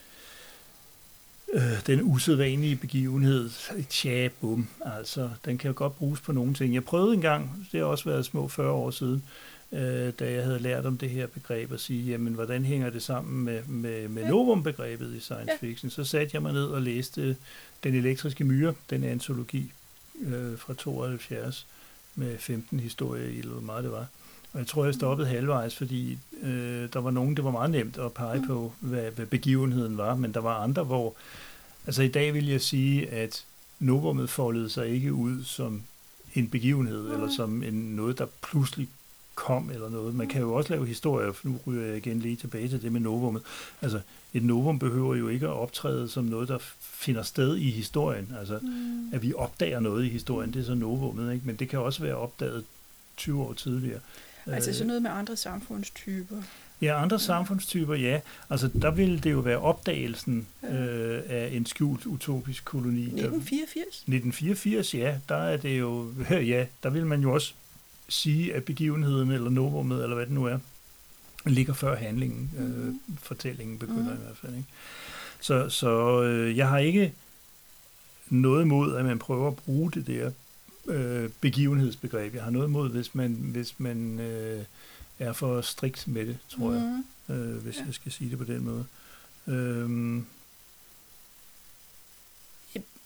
øh, den usædvanlige begivenhed, tja, bum, altså, den kan jo godt bruges på nogle ting. Jeg prøvede engang, det har også været små fyrre år siden, øh, da jeg havde lært om det her begreb, at sige, jamen, hvordan hænger det sammen med, med, med novum-begrebet i science fiction? Så satte jeg mig ned og læste Den elektriske myre, den antologi øh, fra tooghalvfjerds, med femten historier i, eller hvor meget det var. Og jeg tror, jeg stoppede halvvejs, fordi øh, der var nogen, det var meget nemt at pege på, hvad, hvad begivenheden var, men der var andre, hvor, altså i dag vil jeg sige, at novummet foldede sig ikke ud som en begivenhed, mm. eller som en, noget, der pludselig kom, eller noget. Man kan jo også lave historier, for nu ryger jeg igen lige tilbage til det med novummet. Altså, et novum behøver jo ikke at optræde som noget, der finder sted i historien. Altså, mm. at vi opdager noget i historien, det er så novummet, ikke? Men det kan også være opdaget tyve år tidligere. Altså sådan noget med andre samfundstyper. Ja, andre ja. samfundstyper, ja. Altså der ville det jo være opdagelsen ja. øh, af en skjult utopisk koloni. nitten fireogfirs? nitten fireogfirs, ja. Der er det jo, ja, der vil man jo også sige, at begivenheden eller novummet, eller hvad det nu er, ligger før handlingen, mm. øh, fortællingen begynder mm. i hvert fald. Ikke? Så, så øh, jeg har ikke noget imod, at man prøver at bruge det der Øh, begivenhedsbegreb. Jeg har noget imod, hvis man, hvis man øh, er for strikt med det, tror mm. jeg, øh, hvis ja. jeg skal sige det på den måde. Øhm.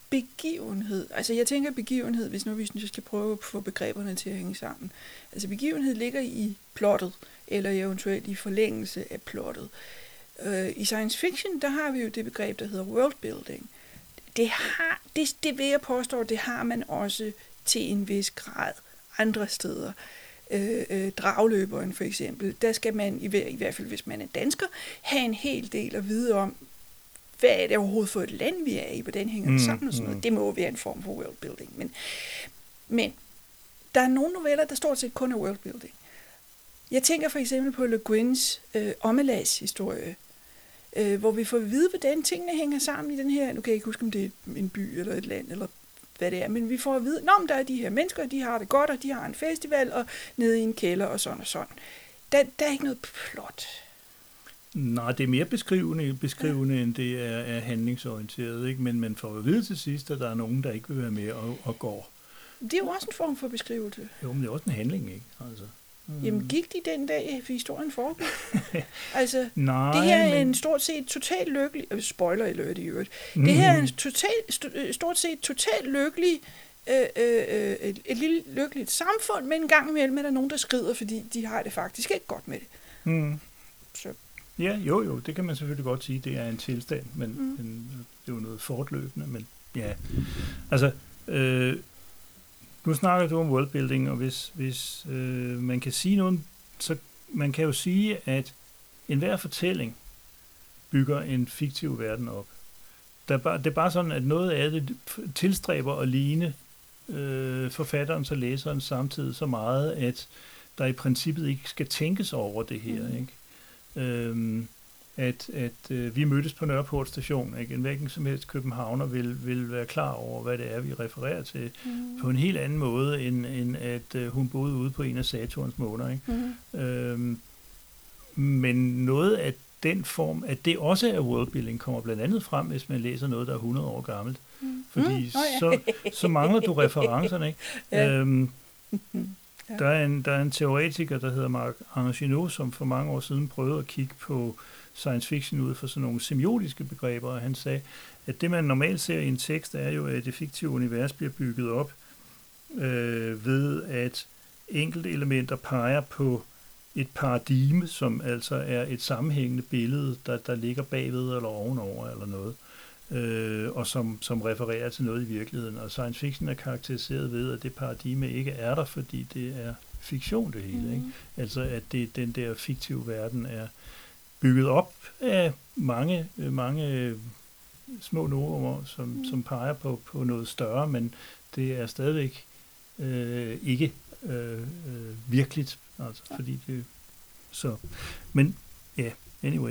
begivenhed, altså jeg tænker begivenhed, hvis nu vi skal prøve at få begreberne til at hænge sammen. Altså begivenhed ligger i plottet, eller eventuelt i forlængelse af plottet. Uh, I science fiction, der har vi jo det begreb, der hedder worldbuilding. Det, har, det, det vil jeg påstå, det har man også til en vis grad andre steder. Øh, øh, dragløberen for eksempel, der skal man, i, i hvert fald hvis man er dansker, have en hel del at vide om, hvad er det overhovedet for et land, vi er i, hvordan hænger det sammen og sådan noget. Det må være en form for worldbuilding. Men, men der er nogle noveller, der stort set kun er worldbuilding. Jeg tænker for eksempel på Le Guins øh, Omelas historie, øh, hvor vi får at vide, hvordan tingene hænger sammen i den her, nu kan jeg ikke huske, om det er en by eller et land, eller hvad det er, men vi får at vide, at der er de her mennesker, de har det godt, og de har en festival, og nede i en kælder, og sådan og sådan. Der, der er ikke noget plot. Nej, det er mere beskrivende, beskrivende ja. end det er, er handlingsorienteret, ikke? Men man får at vide til sidst, at der er nogen, der ikke vil være med og, og går. Det er jo også en form for beskrivelse. Jo, men det er også en handling, ikke? Altså. Mm. Jamen, gik de den dag, for historien foregik? altså, Nej, det her er men... en stort set totalt lykkelig... Øh, spoiler alert i øvrigt. Mm. Det her er en total, st- stort set totalt lykkelig... Øh, øh, et, et lille lykkeligt samfund, men en gang imellem er der nogen, der skrider, fordi de har det faktisk ikke godt med det. Mm. Så. Ja, jo, jo, det kan man selvfølgelig godt sige, det er en tilstand, men, mm. men det er jo noget fortløbende, men ja. Altså, øh, nu snakker du om worldbuilding, og hvis, hvis øh, man kan sige noget, så man kan jo sige, at enhver fortælling bygger en fiktiv verden op. Der er bare, det er bare sådan, at noget af det tilstræber at ligne øh, forfatteren og læseren samtidig så meget, at der i princippet ikke skal tænkes over det her, mm. ikke? Øhm, at at øh, vi mødtes på Nørreport station, ikke? En hvilken som helst københavner vil, vil være klar over, hvad det er, vi refererer til, mm. på en helt anden måde, end, end at øh, hun boede ude på en af Saturns måner, ikke? Mm. Øhm, men noget af den form, at det også er worldbuilding, kommer blandt andet frem, hvis man læser noget, der er hundrede år gammelt. Mm. Fordi mm. Oh, ja. så, så mangler du referencerne, ikke? Ja. Øhm, ja. Der er, en, der er en teoretiker, der hedder Marc Arnaud, som for mange år siden prøvede at kigge på science fiction ud fra sådan nogle semiotiske begreber, og han sagde, at det man normalt ser i en tekst, er jo, at det fiktive univers bliver bygget op øh, ved, at enkelte elementer peger på et paradigme, som altså er et sammenhængende billede, der, der ligger bagved eller ovenover eller noget, øh, og som, som refererer til noget i virkeligheden. Og science fiction er karakteriseret ved, at det paradigme ikke er der, fordi det er fiktion det hele. Mm. Ikke? Altså at det, den der fiktive verden er bygget op af mange, mange små nover, som, mm. som peger på, på noget større, men det er stadigvæk øh, ikke øh, øh, virkeligt. Altså, fordi det så, men ja, yeah, anyway.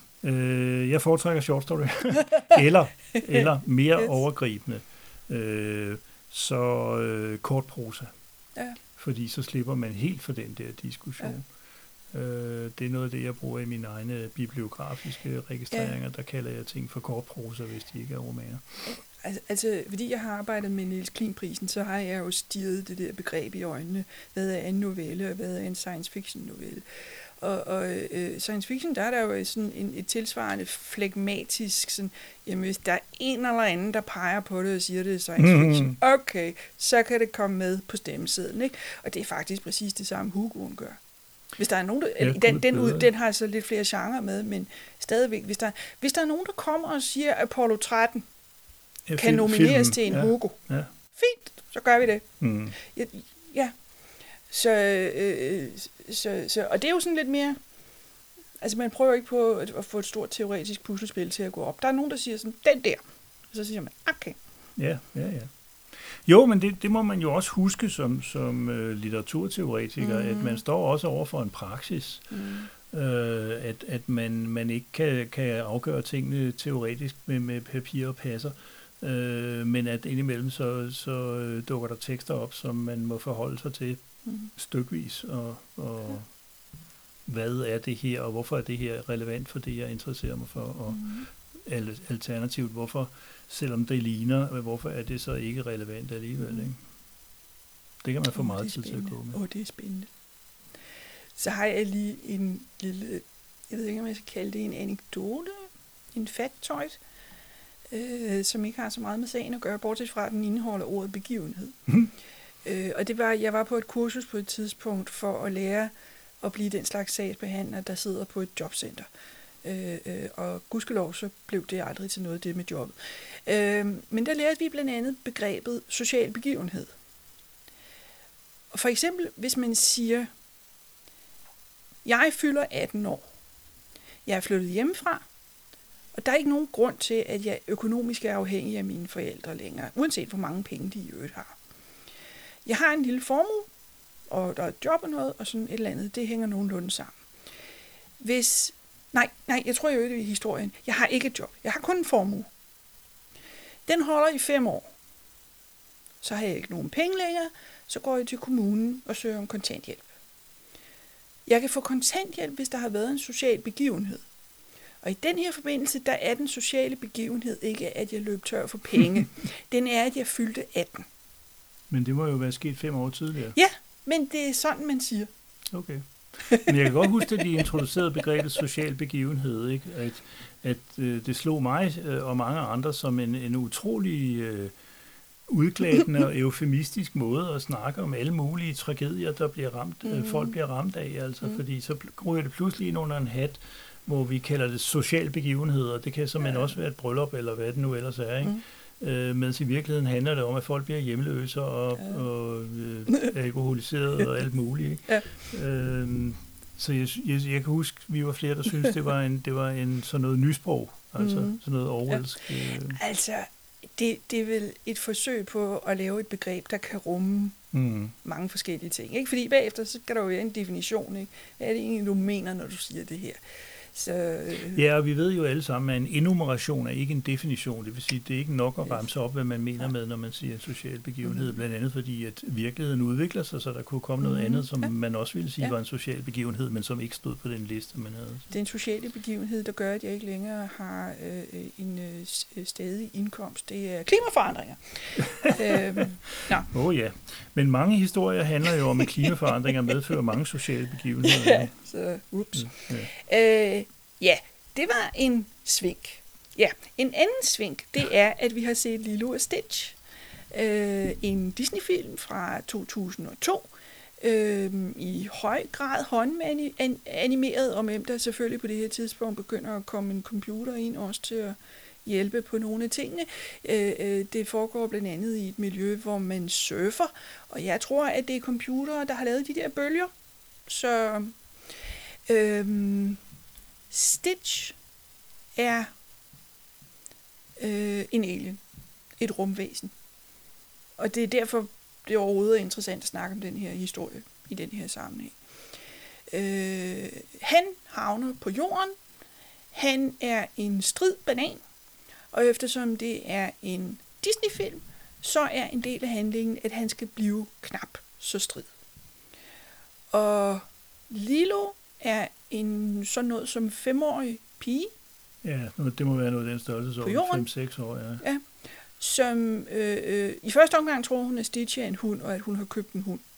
Øh, jeg foretrækker short story, eller, eller mere yes. overgribende, øh, så øh, kort prosa. Ja. Fordi så slipper man helt for den der diskussion. Ja. Øh, det er noget af det, jeg bruger i mine egne bibliografiske registreringer, ja. Der kalder jeg ting for kort prosa, hvis de ikke er romaner. Altså, altså, fordi jeg har arbejdet med Niels Klienprisen, så har jeg jo stirret det der begreb i øjnene. Hvad er en novelle, og hvad er en science fiction novelle? Og, og øh, science fiction, der er der jo sådan en, et tilsvarende flegmatisk, sådan, jamen hvis der er en eller anden, der peger på det og siger, det er science fiction, mm. okay, så kan det komme med på stemmesedlen, ikke? Og det er faktisk præcis det samme, Hugoen gør. Hvis der er nogen, der, ja, den, den, ud, den har så lidt flere genrer med, men stadigvæk, hvis der, hvis der er nogen, der kommer og siger, at Apollo tretten ja, kan nomineres film. til en ja. Hugo. Ja. Fint, så gør vi det. Mm. Ja, ja. Så, øh, så, så, og det er jo sådan lidt mere, altså man prøver ikke på at, at få et stort teoretisk puslespil til at gå op. Der er nogen, der siger sådan, den der. Og så siger man, okay. Ja, ja, ja. Jo, men det, det må man jo også huske som, som uh, litteraturteoretiker, mm. at man står også over for en praksis. Mm. Uh, at, at man, man ikke kan, kan afgøre tingene teoretisk med, med papir og passer. Uh, men at indimellem så, så uh, dukker der tekster op, som man må forholde sig til mm. stykvis. Og, og ja. Hvad er det her, og hvorfor er det her relevant for det, jeg interesserer mig for? Og mm. alternativt, hvorfor, selvom det ligner, hvorfor er det så ikke relevant alligevel? Mm. Ikke? Det kan man få oh, meget tid til at gå med. Åh, oh, det er spændende. Så har jeg lige en lille, jeg ved ikke, om jeg skal kalde det en anekdote, en factoid. øh, som ikke har så meget med sagen at gøre, bortset fra, at den indeholder ordet begivenhed. Mm. Øh, og det var, jeg var på et kursus på et tidspunkt for at lære at blive den slags sagsbehandler, der sidder på et jobcenter. Øh, øh, og gudskelov, så blev det aldrig til noget, det med jobbet. Øh, men der lærte vi blandt andet begrebet social begivenhed. Og for eksempel, hvis man siger, jeg fylder atten år, jeg er flyttet hjemmefra, og der er ikke nogen grund til, at jeg økonomisk er afhængig af mine forældre længere, uanset hvor mange penge de i øvrigt har. Jeg har en lille formue, og der er et job og noget, og sådan et eller andet, det hænger nogenlunde sammen. Hvis, nej, nej, jeg tror jo ikke i historien, jeg har ikke et job, jeg har kun en formue. Den holder i fem år. Så har jeg ikke nogen penge længere, så går jeg til kommunen og søger om kontanthjælp. Jeg kan få kontanthjælp, hvis der har været en social begivenhed. Og i den her forbindelse, der er den sociale begivenhed ikke, at jeg løb tør for penge. Den er, at jeg fyldte atten. Men det må jo være sket fem år tidligere. Ja, men det er sådan, man siger. Okay. Men jeg kan godt huske, at de introducerede begrebet social begivenhed, ikke? At, at øh, det slog mig øh, og mange andre som en, en utrolig øh, udgladende og eufemistisk måde at snakke om alle mulige tragedier, der bliver ramt, øh, folk bliver ramt af. Altså, mm. Fordi så ryger det pludselig ind under en hat, hvor vi kalder det social begivenhed, og det kan simpelthen ja. også være et bryllup, eller hvad det nu ellers er, ikke? Mm. Øh, mens i virkeligheden handler det om, at folk bliver hjemløse og, ja. og øh, alkoholiseret og alt muligt. Ikke? Ja. Øh, så jeg, jeg, jeg kan huske, vi var flere, der syntes, det var en, det var en sådan noget nysprog, altså mm. sådan noget orwellsk. Ja. Øh. Altså, det, det er vel et forsøg på at lave et begreb, der kan rumme mm. mange forskellige ting. Ikke? Fordi bagefter, så skal der jo være en definition. Ikke? Hvad er det egentlig, du mener, når du siger det her? Så, øh. Ja, og vi ved jo alle sammen, at en enumeration er ikke en definition. Det vil sige, det er ikke nok at ramse op, hvad man mener med, når man siger en social begivenhed. Mm-hmm. Blandt andet fordi, at virkeligheden udvikler sig, så der kunne komme noget mm-hmm. andet, som ja. man også ville sige ja. var en social begivenhed, men som ikke stod på den liste, man havde. Det er en sociale begivenhed, der gør, at jeg ikke længere har øh, en øh, stadig indkomst. Det er klimaforandringer. øhm, Åh oh, ja, men mange historier handler jo om, at klimaforandringer medfører mange sociale begivenheder. Ja, så ups. Mm, ja. Øh, Ja, det var en svink. Ja, en anden svink, det er, at vi har set Lilo og Stitch. Øh, en Disney-film fra to tusind og to. Øh, I høj grad håndanimeret, og hvem der selvfølgelig på det her tidspunkt begynder at komme en computer ind også til at hjælpe på nogle af tingene. Øh, det foregår blandt andet i et miljø, hvor man surfer, og jeg tror, at det er computere, der har lavet de der bølger. Så Øh, Stitch er øh, en alien, et rumvæsen. Og det er derfor, det er overhovedet interessant at snakke om den her historie i den her sammenhæng. Øh, han havner på jorden. Han er en strid banan. Og eftersom det er en Disney-film, så er en del af handlingen, at han skal blive knap så strid. Og Lilo er en sådan noget som femårig pige. Ja, det må være noget af den størrelse, så fem seks år, ja. Ja, som øh, øh, i første omgang tror hun, at Stitch er en hund, og at hun har købt en hund.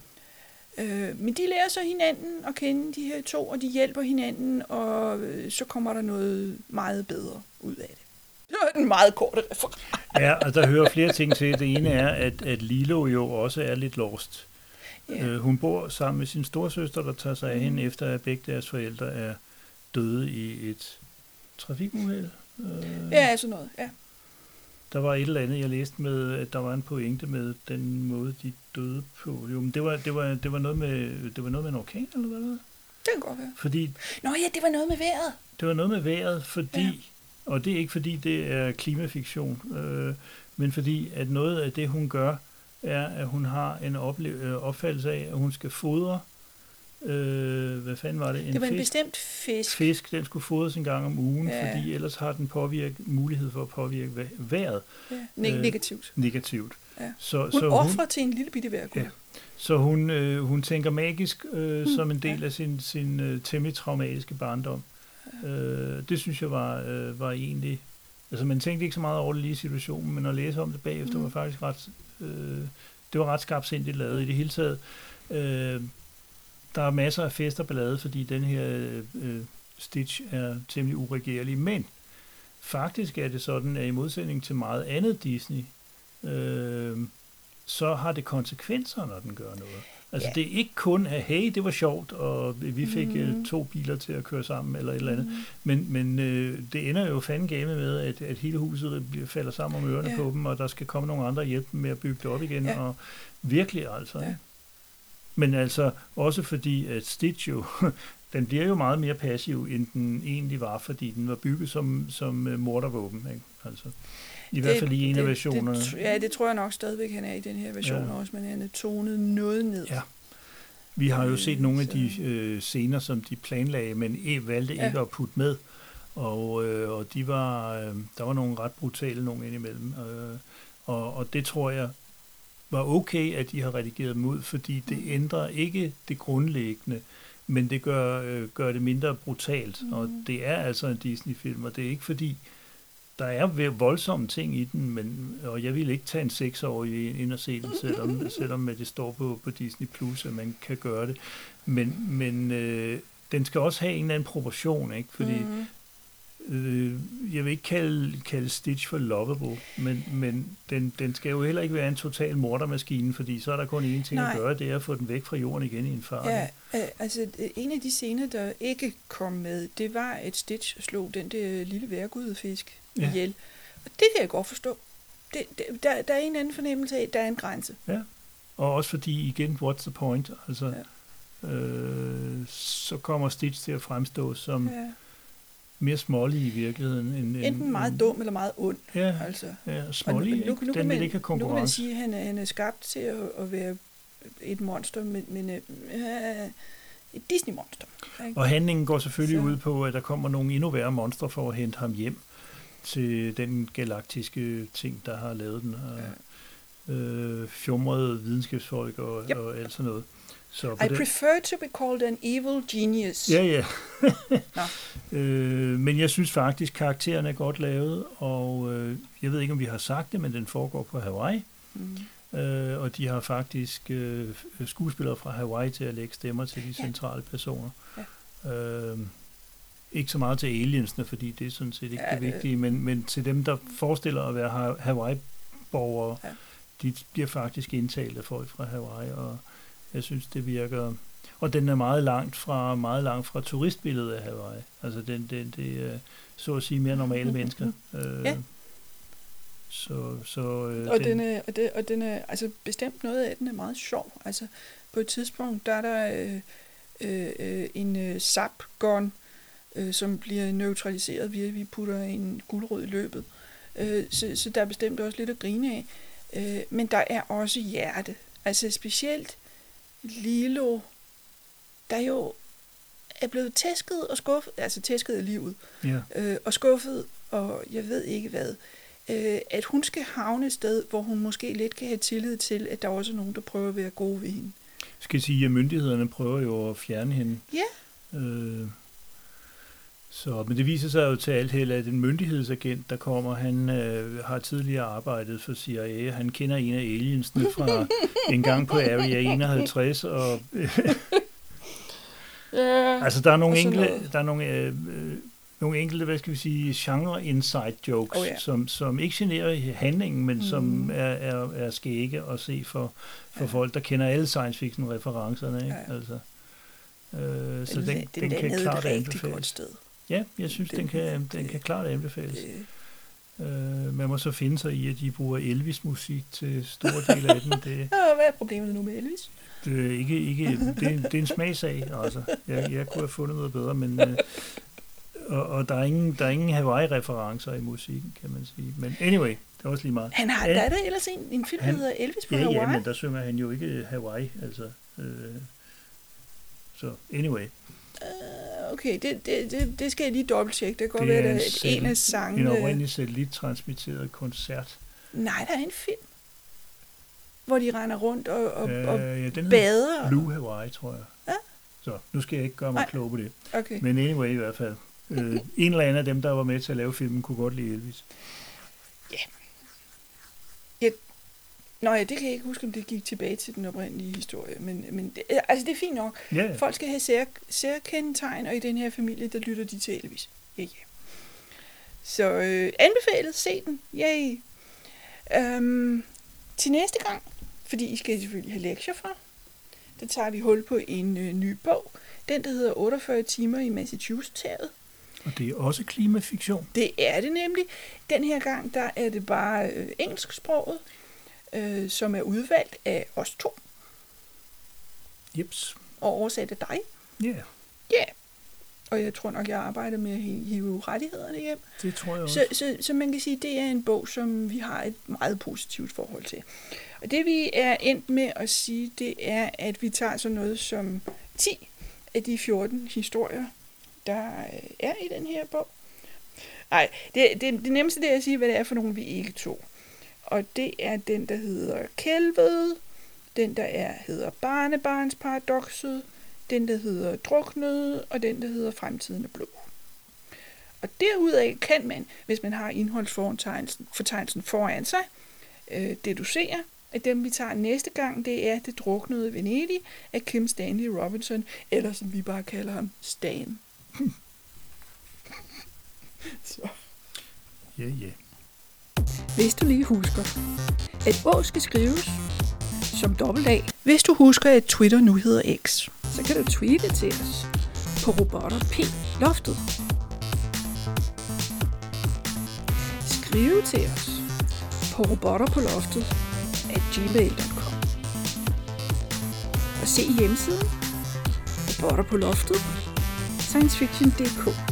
Øh, men de lærer så hinanden at kende, de her to, og de hjælper hinanden, og øh, så kommer der noget meget bedre ud af det. Det var en meget kort referat. Ja, og der hører flere ting til. Det ene er, at, at Lilo jo også er lidt lost. Yeah. Øh, hun bor sammen med sin storesøster, der tager sig af mm. hende, efter at begge deres forældre er døde i et trafikuheld. Øh, ja, altså noget, ja. Der var et eller andet, jeg læste med, at der var en pointe med den måde, de døde på. Jo, men det var, det var, det var, noget, med, det var noget med en orkan, eller hvad det var? Det kan godt være. Fordi, Nå ja, det var noget med vejret. Det var noget med vejret, fordi, ja. og det er ikke fordi, det er klimafiktion, øh, men fordi, at noget af det, hun gør, er, at hun har en ople- opfattelse af, at hun skal fodre, øh, hvad fanden var det? En det var en fisk? bestemt fisk. Fisk, den skulle fodres en gang om ugen, ja. fordi ellers har den påvirke, mulighed for at påvirke vejret. Ja. Ne- øh, negativt. Negativt. Ja. Så, hun så offrer hun, til en lille bitte vejrgud. Ja. Så hun, øh, hun tænker magisk øh, hmm. som en del ja. af sin, sin øh, temmelig traumatiske barndom. Ja. Øh, det synes jeg var, øh, var egentlig... Altså man tænkte ikke så meget over det lige i situationen, men at læse om det bagefter hmm. var faktisk ret... Øh, det var ret skarpsindigt lavet i det hele taget. Øh, der er masser af fest og ballade, fordi den her øh, Stitch er temmelig uregerlig, men faktisk er det sådan, at i modsætning til meget andet Disney, øh, så har det konsekvenser, når den gør noget. Altså ja. Det er ikke kun, at hey, det var sjovt, og vi fik mm. to biler til at køre sammen, eller et eller andet. Mm. Men, men øh, det ender jo fandme game med, at, at hele huset falder sammen om ørerne ja. på dem, og der skal komme nogle andre og hjælpe dem med at bygge det op igen. Ja. Og virkelig altså. Ja. Men altså også fordi, at Stitch jo, den bliver jo meget mere passiv, end den egentlig var, fordi den var bygget som, som mordervåben, ikke? Altså. I det, hvert fald i en af versionerne. Det, ja, det tror jeg nok stadigvæk, han er i den her version ja. også, men han er tonet noget ned. Ja. Vi har jo set nogle af de øh, scener, som de planlagde, men e valgte ja. ikke at putte med. Og, øh, og de var, øh, der var nogle ret brutale nogle indimellem. Øh, og, og det tror jeg var okay, at de har redigeret dem ud, fordi det ændrer ikke det grundlæggende, men det gør, øh, gør det mindre brutalt. Mm. Og det er altså en Disney-film, og det er ikke fordi, der er voldsomme ting i den, men, og jeg vil ikke tage en seksårig ind og se den, selvom, selvom det står på, på Disney Plus, at man kan gøre det. Men, men øh, den skal også have en eller anden proportion, ikke? Fordi mm. øh, jeg vil ikke kalde, kalde Stitch for lovable, men, men den, den skal jo heller ikke være en total mordermaskine, fordi så er der kun én ting Nej. at gøre, det er at få den væk fra jorden igen i en fart. Ja, øh, altså en af de scener, der ikke kom med, det var, at Stitch slog den der lille vejrgudefisk ja. ihjel. Og det kan jeg godt forstå. Det, det, der, der er en anden fornemmelse af, at der er en grænse. Ja, og også fordi, igen, what's the point? Altså, ja. øh, så kommer Stitch til at fremstå som ja. mere smålig i virkeligheden. End, Enten meget en, dum eller meget ond. Ja, altså. ja smålig. Nu, nu, nu, den vil ikke have konkurrence. Nu kan man sige, at han er, han er skabt til at, at være et monster, men, men øh, et Disney-monster. Ikke? Og handlingen går selvfølgelig så. ud på, at der kommer nogle endnu værre monstre for at hente ham hjem til den galaktiske ting, der har lavet den. Ja. Øh, fjumrede videnskabsfolk og, yep. og alt sådan noget. Så I det, prefer to be called an evil genius. Ja, ja. øh, men jeg synes faktisk, karakteren er godt lavet, og øh, jeg ved ikke, om vi har sagt det, men den foregår på Hawaii. Mm. Øh, og de har faktisk øh, skuespillere fra Hawaii til at lægge stemmer til de centrale personer. Ja. Øh, Ikke så meget til aliensene, fordi det er sådan set ikke ja, det vigtige, men, men til dem, der forestiller at være Hawaii-borgere, ja. de bliver faktisk indtalt af folk fra Hawaii, og jeg synes, det virker. Og den er meget langt fra meget langt fra turistbilledet af Hawaii. Altså, den, den, det er så at sige mere normale mennesker. Øh, ja. Så, så, øh, og, den, den er, og, det, og den er, altså bestemt noget af den er meget sjov. Altså, på et tidspunkt, der er der øh, øh, en øh, zap-gun, øh, som bliver neutraliseret via, at vi putter en guldrød i løbet. Øh, så, så der er bestemt også lidt at grine af. Øh, men der er også hjerte. Altså specielt Lilo, der jo er blevet tæsket og skuffet, altså tæsket af livet, ja. øh, og skuffet, og jeg ved ikke hvad, øh, at hun skal havne et sted, hvor hun måske lidt kan have tillid til, at der også er nogen, der prøver at være gode ved hende. Skal jeg sige, at myndighederne prøver jo at fjerne hende. Ja. Øh, så, men det viser sig jo til alt held, at en myndighedsagent, der kommer, han øh, har tidligere arbejdet for C I A, han kender en af aliensene fra en gang på Area enoghalvtreds, og øh, ja, altså der er nogle enkelte, der er nogle, øh, nogle enkelte, hvad skal vi sige, genre inside jokes, oh, ja. som, som ikke generer handlingen, men mm. som er, er, er skægge at se for, for ja. folk, der kender alle science fiction referencerne, ikke? Ja. Altså, øh, så den, den, den, den kan klart anbefales. Ja, jeg synes, den, den, kan, den kan klart anbefales. Øh, man må så finde sig i, at de bruger Elvis-musik til store dele af den. Det, hvad er problemet nu med Elvis? Det er, ikke, ikke, det er, det er en smagsag. Altså. Jeg, jeg kunne have fundet noget bedre, men øh, og, og der er ingen, der er ingen Hawaii-referencer i musikken, kan man sige. Men anyway, det er også lige meget. Han har, ja, der er der ellers en, en film, der hedder Elvis på ja, Hawaii. Ja, men der synger han jo ikke Hawaii. Altså, øh, så anyway. Okay, det, det, det, det skal jeg lige dobbelttjekke. Det kan godt være, at det er en af sangene. En oprindelig satellittransmitteret koncert. Nej, der er en film, hvor de render rundt og, og, øh, og ja, den bader. Blue Hawaii, tror jeg. Ja? Så nu skal jeg ikke gøre mig Nej. klog på det. Okay. Men anyway i hvert fald. Øh, en eller anden af dem, der var med til at lave filmen, kunne godt lide Elvis. Ja. Jeg Nå ja, det kan jeg ikke huske, om det gik tilbage til den oprindelige historie, men, men det, altså det er fint nok. Yeah. Folk skal have sær, særkendetegn, og i den her familie, der lytter de til Elvis. Ja, ja. Så øh, anbefalet, se den. Yay. Øhm, til næste gang, fordi I skal selvfølgelig have lektier fra, der tager vi hul på en øh, ny bog. Den, der hedder otteogfyrre timer i Massachusetts-havet. Og det er også klimafiktion. Det er det nemlig. Den her gang, der er det bare øh, engelsksproget, øh, som er udvalgt af os to. Jeps. Og oversat af dig. Ja. Yeah. Ja. Yeah. Og jeg tror nok, jeg arbejder med at hive rettighederne hjem. Det tror jeg også. Så, så, så man kan sige, at det er en bog, som vi har et meget positivt forhold til. Og det vi er endt med at sige, det er, at vi tager sådan noget som ti af de fjorten historier, der er i den her bog. Nej, det, det, det nemmeste det er at sige, hvad det er for nogen, vi ikke tog. Og det er den, der hedder Kælved, den, der er, hedder Barnebarnsparadoxet, den, der hedder Druknet, og den, der hedder Fremtiden er blå. Og derudaf kan man, hvis man har indholdsfortegnelsen foran sig, øh, deducere, at dem, vi tager næste gang, det er Det druknede Venedig af Kim Stanley Robinson, eller som vi bare kalder ham, Stan. Så. Ja, ja. Hvis du lige husker, at Å skal skrives som dobbelt A. Hvis du husker, at Twitter nu hedder X, så kan du tweete til os på robotter p loftet. Skrive til os på robotter på loftet at gmail punktum com. Og se hjemmesiden robotter på loftet science fiction punktum d k.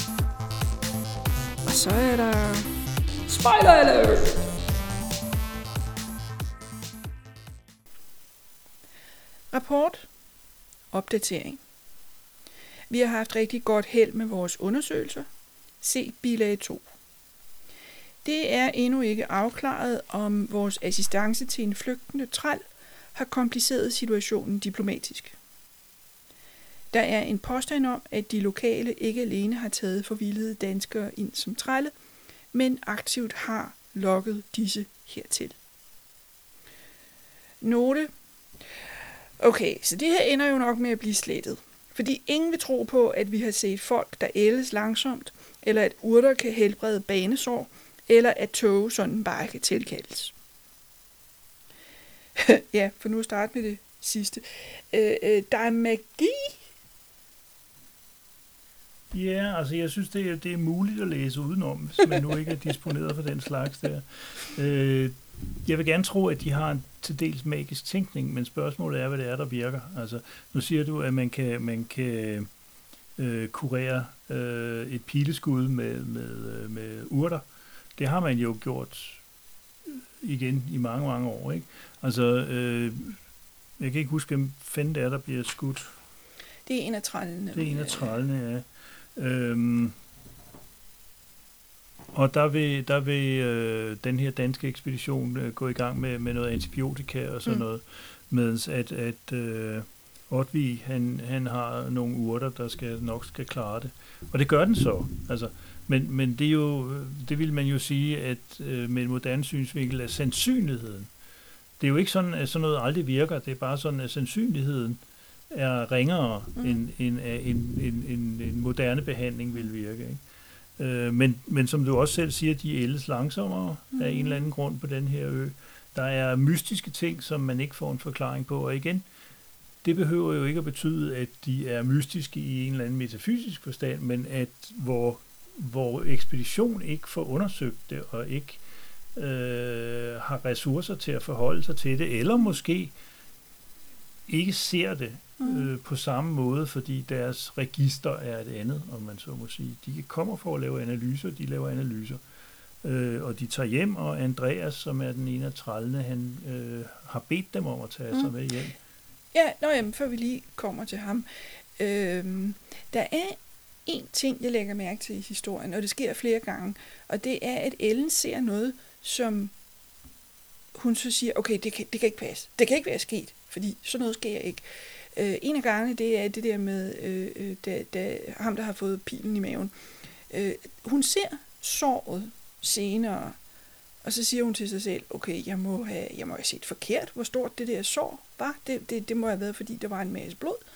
Og så er der spoiler alert! Rapport. Opdatering. Vi har haft rigtig godt held med vores undersøgelser. Se bilag to. Det er endnu ikke afklaret, om vores assistance til en flygtende træl har kompliceret situationen diplomatisk. Der er en påstand om, at de lokale ikke alene har taget forvildede danskere ind som trælle, men aktivt har lokket disse hertil. Note. Okay, så det her ender jo nok med at blive slettet. Fordi ingen vil tro på, at vi har set folk, der ældes langsomt, eller at urter kan helbrede banesår, eller at tog sådan bare kan tilkaldes. Ja, for nu at starte med det sidste. Øh, øh, der er magi. Ja, altså jeg synes, det er, det er muligt at læse udenom, hvis man nu ikke er disponeret for den slags der. Øh, jeg vil gerne tro, at de har en til dels magisk tænkning, men spørgsmålet er, hvad det er, der virker. Altså, nu siger du, at man kan, man kan øh, kurere øh, et pileskud med, med, med urter. Det har man jo gjort igen i mange, mange år, ikke? Altså, øh, jeg kan ikke huske, hvem fanden det er, der bliver skudt. Det er en af trællene. Det er en af trællene, ja. Øhm, og der vil, der vil øh, den her danske ekspedition øh, gå i gang med, med noget antibiotika og sådan mm. noget, mens at, at øh, Otvig, han, han har nogle urter, der skal, nok skal klare det. Og det gør den så. Altså, men, men det er jo, det vil man jo sige, at øh, med en moderne synsvinkel er sandsynligheden. Det er jo ikke sådan, at sådan noget aldrig virker. Det er bare sådan, at sandsynligheden er ringere, mm. end en, en, en, en, en moderne behandling vil virke. Ikke? Øh, men, men som du også selv siger, de ældes langsommere mm. af en eller anden grund på den her ø. Der er mystiske ting, som man ikke får en forklaring på. Og igen, det behøver jo ikke at betyde, at de er mystiske i en eller anden metafysisk forstand, men at hvor, hvor ekspedition ikke får undersøgt det, og ikke øh, har ressourcer til at forholde sig til det, eller måske ikke ser det øh, på samme måde, fordi deres register er et andet, om man så må sige. De kommer for at lave analyser, de laver analyser. Øh, og de tager hjem, og Andreas, som er den ene af trællene, han øh, har bedt dem om at tage mm. sig med hjem. Ja, nå jamen, før vi lige kommer til ham. Øhm, der er en ting, jeg lægger mærke til i historien, og det sker flere gange, og det er, at Ellen ser noget, som hun så siger, okay, det kan, det kan ikke passe. Det kan ikke være sket, fordi sådan noget sker ikke. Øh, en af gangene, det er det der med, øh, da, da, ham, der har fået pilen i maven. Øh, hun ser såret senere, og så siger hun til sig selv, okay, jeg må have, jeg må have set forkert, hvor stort det der sår var. Det, det, det må have været, fordi der var en masse blod.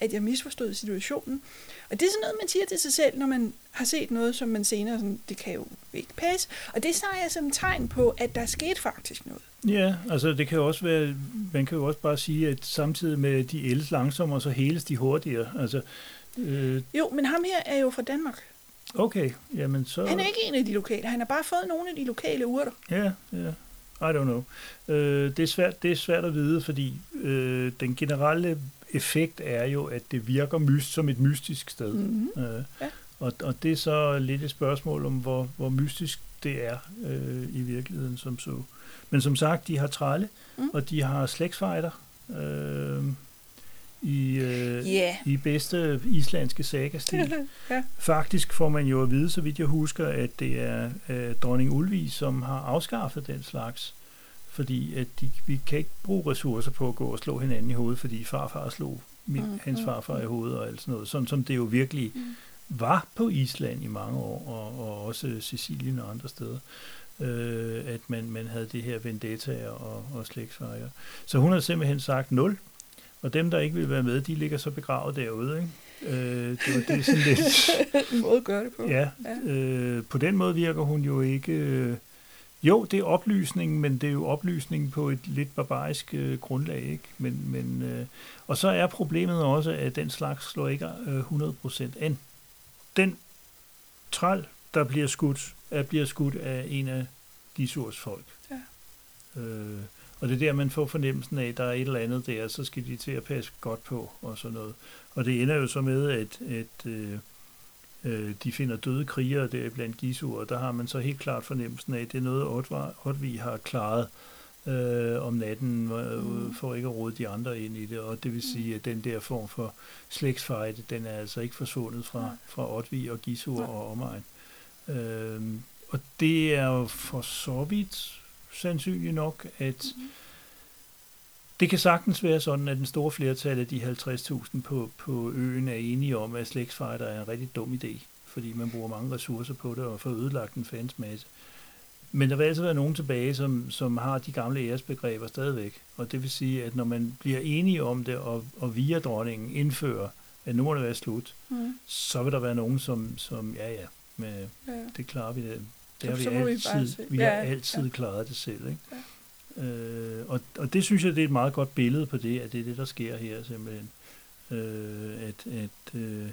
at jeg misforstod situationen. Og det er sådan noget, man siger til sig selv, når man har set noget, som man senere sådan, det kan jo ikke passe. Og det ser jeg som tegn på, at der skete faktisk noget. Ja, altså det kan jo også være, man kan jo også bare sige, at samtidig med de ældes langsommere, så heles de hurtigere. Altså, øh... Jo, men ham her er jo fra Danmark. Okay, jamen så... Han er ikke en af de lokale, han har bare fået nogle af de lokale urter. Ja, ja. I don't know. Øh, det, er svært, det er svært at vide, fordi øh, den generelle effekt er jo, at det virker myst, som et mystisk sted. Mm-hmm. Øh, ja. og, og det er så lidt et spørgsmål om, hvor, hvor mystisk det er øh, i virkeligheden som så. Men som sagt, de har tralle, mm. og de har slægtsfejder øh, i, øh, yeah. i bedste islandske sagastil. ja. Faktisk får man jo at vide, så vidt jeg husker, at det er øh, dronning Ulvi, som har afskaffet den slags, fordi at de, vi kan ikke bruge ressourcer på at gå og slå hinanden i hovedet, fordi farfar slog min, mm. hans farfar i hovedet og alt sådan noget, sådan som det jo virkelig mm. var på Island i mange år, og, og også Sicilien og andre steder. Øh, at man, man havde det her vendettaer og, og slægtsfejder. Så hun har simpelthen sagt nul, og dem, der ikke vil være med, de ligger så begravet derude, ikke? Øh, det var det sådan lidt... en måde at gøre det på. Ja, ja. Øh, på den måde virker hun jo ikke... Øh, jo, det er oplysning, men det er jo oplysning på et lidt barbarisk øh, grundlag, ikke? Men, men, øh, og så er problemet også, at den slags slår ikke øh, hundrede procent an. Den træl, der bliver skudt, er, bliver skudt af en af Gizurs folk. Ja. Øh, og det er der, man får fornemmelsen af, at der er et eller andet der, så skal de til at passe godt på, og sådan noget. Og det ender jo så med, at, at øh, øh, de finder døde krigere der blandt Gizur, og der har man så helt klart fornemmelsen af, at det er noget, Oddvig har klaret øh, om natten, øh, for ikke at råde de andre ind i det, og det vil sige, at den der form for slægtsfejde, den er altså ikke forsvundet fra, fra Oddvig og Gizur og omegn. Øh, og det er jo for så vidt sandsynligt nok, at mm-hmm. det kan sagtens være sådan, at den store flertal af de halvtreds tusind på, på øen er enige om, at slægtsfejder er en rigtig dum idé, fordi man bruger mange ressourcer på det og får ødelagt en fans masse. Men der vil altså være nogen tilbage, som, som har de gamle æresbegreber stadigvæk, og det vil sige, at når man bliver enige om det, og, og via dronningen indfører, at nu må det være slut, mm. så vil der være nogen, som, som ja ja, med, ja. det klarer vi det. Det har vi altid, vi har ja, altid ja. klaret det selv, ikke? Ja. Øh, og, og det synes jeg, det er et meget godt billede på det, at det er det, der sker her simpelthen. Øh, at at øh,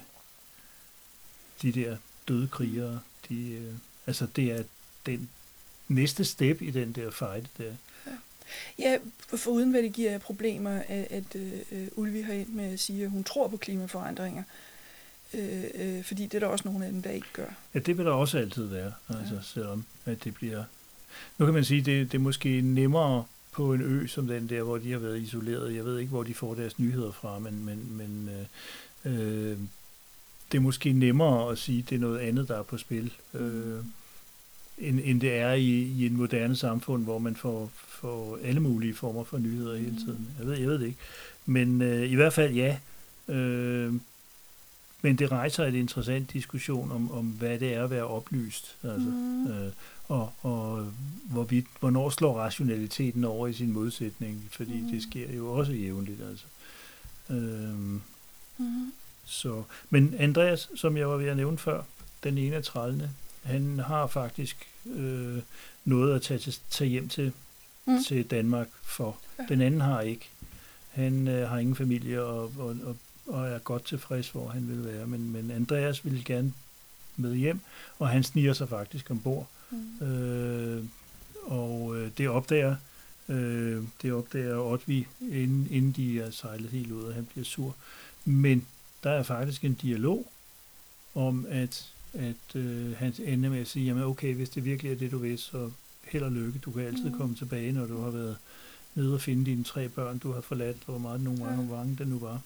de der døde krigere, de, øh, altså det er den næste step i den der fight der. Ja, ja, for uden hvad det giver problemer, at, at uh, Ulvi har ind med at sige, at hun tror på klimaforandringer. Øh, øh, fordi det er der også nogle af dem, der ikke gør. Ja, det vil der også altid være, altså, ja. selvom at det bliver... Nu kan man sige, det, det er måske nemmere på en ø som den der, hvor de har været isoleret. Jeg ved ikke, hvor de får deres nyheder fra, men, men, men øh, øh, det er måske nemmere at sige, at det er noget andet, der er på spil, øh, end, end det er i, i en moderne samfund, hvor man får, får alle mulige former for nyheder hele tiden. Jeg ved, jeg ved det ikke. Men øh, i hvert fald ja, øh, men det rejser et interessant diskussion om, om hvad det er at være oplyst. Altså, mm. øh, og og hvorvidt, hvornår slår rationaliteten over i sin modsætning, fordi mm. det sker jo også jævnligt. Altså. Øhm, mm. så. Men Andreas, som jeg var ved at nævne før, den ene af trælene, han har faktisk øh, noget at tage, til, tage hjem til, mm. til Danmark for. Ja. Den anden har ikke. Han øh, har ingen familie og, og, og og er godt tilfreds, hvor han vil være. Men, men Andreas ville gerne med hjem, og han sniger sig faktisk ombord. Mm. Øh, og øh, det opdager øh, det opdager Oddvig, inden, inden de er sejlet helt ud, og han bliver sur. Men der er faktisk en dialog om, at, at øh, han ender med at sige, jamen okay, hvis det virkelig er det, du vil, så held og lykke. Du kan altid mm. komme tilbage, når du har været nede og finde dine tre børn, du har forladt, hvor meget nogle gange, hvor mange det nu var.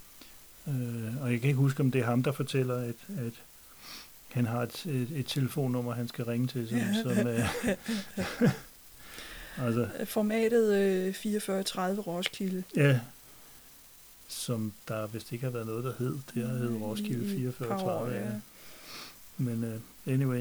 Uh, og jeg kan ikke huske, om det er ham, der fortæller, at, at han har et, et, et telefonnummer, han skal ringe til. Som, som, uh, altså, formatet øh, fireogfyrre tredive Roskilde. Ja, som der vist ikke har været noget, der hed. Det har heddet Roskilde fireogfyrre tredive. Ja. Men uh, anyway.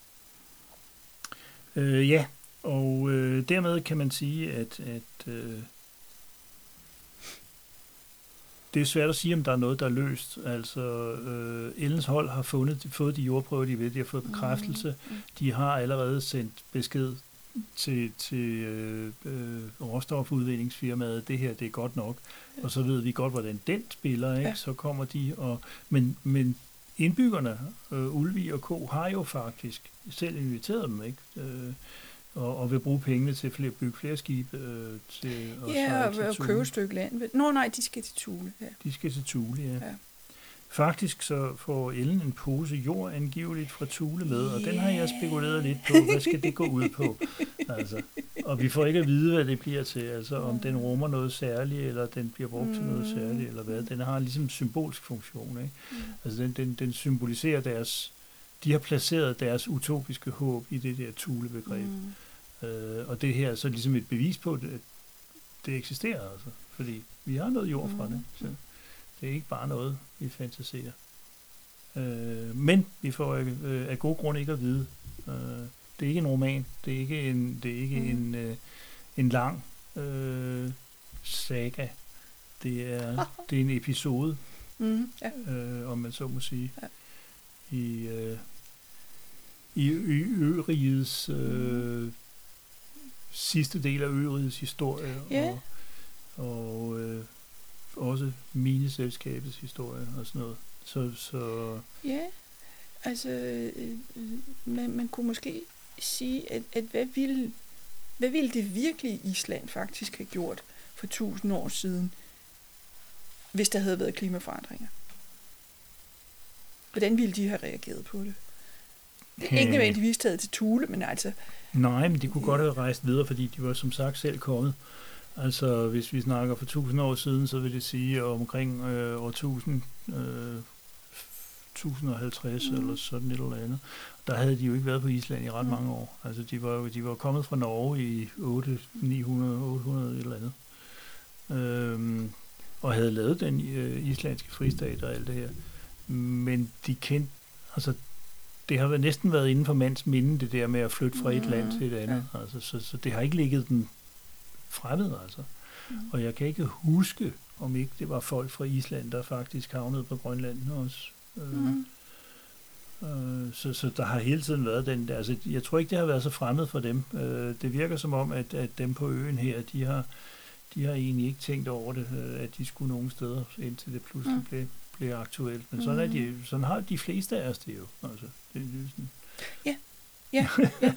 Uh, ja, og uh, dermed kan man sige, at, at uh, det er svært at sige, om der er noget, der er løst. Altså, øh, Ellens hold har fundet, fået de jordprøver, de ved, de har fået bekræftelse. Mm. De har allerede sendt besked til, til øh, øh, råstofudvindingsfirmaet, det her, det er godt nok. Ja. Og så ved vi godt, hvordan den spiller, ikke? Ja. Så kommer de, og, men, men indbyggerne, øh, Ulvig og Ko, har jo faktisk selv inviteret dem, ikke? Øh, og, og vil bruge pengene til flere bygge flere skibe øh, til at ja, og, og købe et stykke land. Nå nej, de skal til Thule. Ja. De skal til Thule, ja. ja. Faktisk så får Ellen en pose jord angiveligt fra Thule med, og yeah. den har jeg spekuleret lidt på. Hvad skal det gå ud på? Altså, og vi får ikke at vide, hvad det bliver til. Altså om den rummer noget særligt, eller den bliver brugt mm. til noget særligt, eller hvad. Den har ligesom en symbolsk funktion. Ikke? Mm. Altså den, den, den symboliserer deres... De har placeret deres utopiske håb i det der Thule-begreb. Mm. Øh, og det her er så ligesom et bevis på, at det eksisterer. Altså, fordi vi har noget jord fra mm. det. Så. Det er ikke bare noget, vi fantaserer. Øh, men vi får øh, af gode grunde ikke at vide. Øh, det er ikke en roman. Det er ikke en, det er ikke mm. en, øh, en lang øh, saga. Det er, det er en episode, mm, ja. øh, om man så må sige, ja. i, øh, i Ø-rigets øh, sidste del af Ø-rigets historie. Yeah. Og, og øh, også mineselskabets historie og sådan noget. Så, så ja, altså øh, man, man kunne måske sige, at, at hvad, ville, hvad ville det virkelige Island faktisk have gjort for tusind år siden, hvis der havde været klimaforandringer? Hvordan ville de have reageret på det? Det er ikke nødvendigvis taget til Thule, men altså... Nej, men de kunne godt have rejst videre, fordi de var som sagt selv kommet. Altså, hvis vi snakker for tusind år siden, så vil det sige omkring øh, år tusind, øh, tusind og halvtreds mm. eller sådan et eller andet. Der havde de jo ikke været på Island i ret mm. mange år. Altså, de var jo de var kommet fra Norge i otte, ni hundrede, otte hundrede et eller andet. Øhm, og havde lavet den øh, islandske fristat og alt det her. Men de kendte, altså, det har næsten været inden for mands minde, det der med at flytte fra et mm. land til et andet. Ja. Altså, så, så det har ikke ligget den fremmed, altså. Mm. Og jeg kan ikke huske, om ikke det var folk fra Island, der faktisk havnede på Grønland også. Mm. Øh, så, så der har hele tiden været den der. Altså, jeg tror ikke, det har været så fremmed for dem. Øh, det virker som om, at, at dem på øen her, de har, de har egentlig ikke tænkt over det, at de skulle nogen steder, indtil det pludselig mm. blev, blev aktuelt. Men sådan, er de, sådan har de fleste af os det jo. Altså, det er sådan. Ja, ja, ja.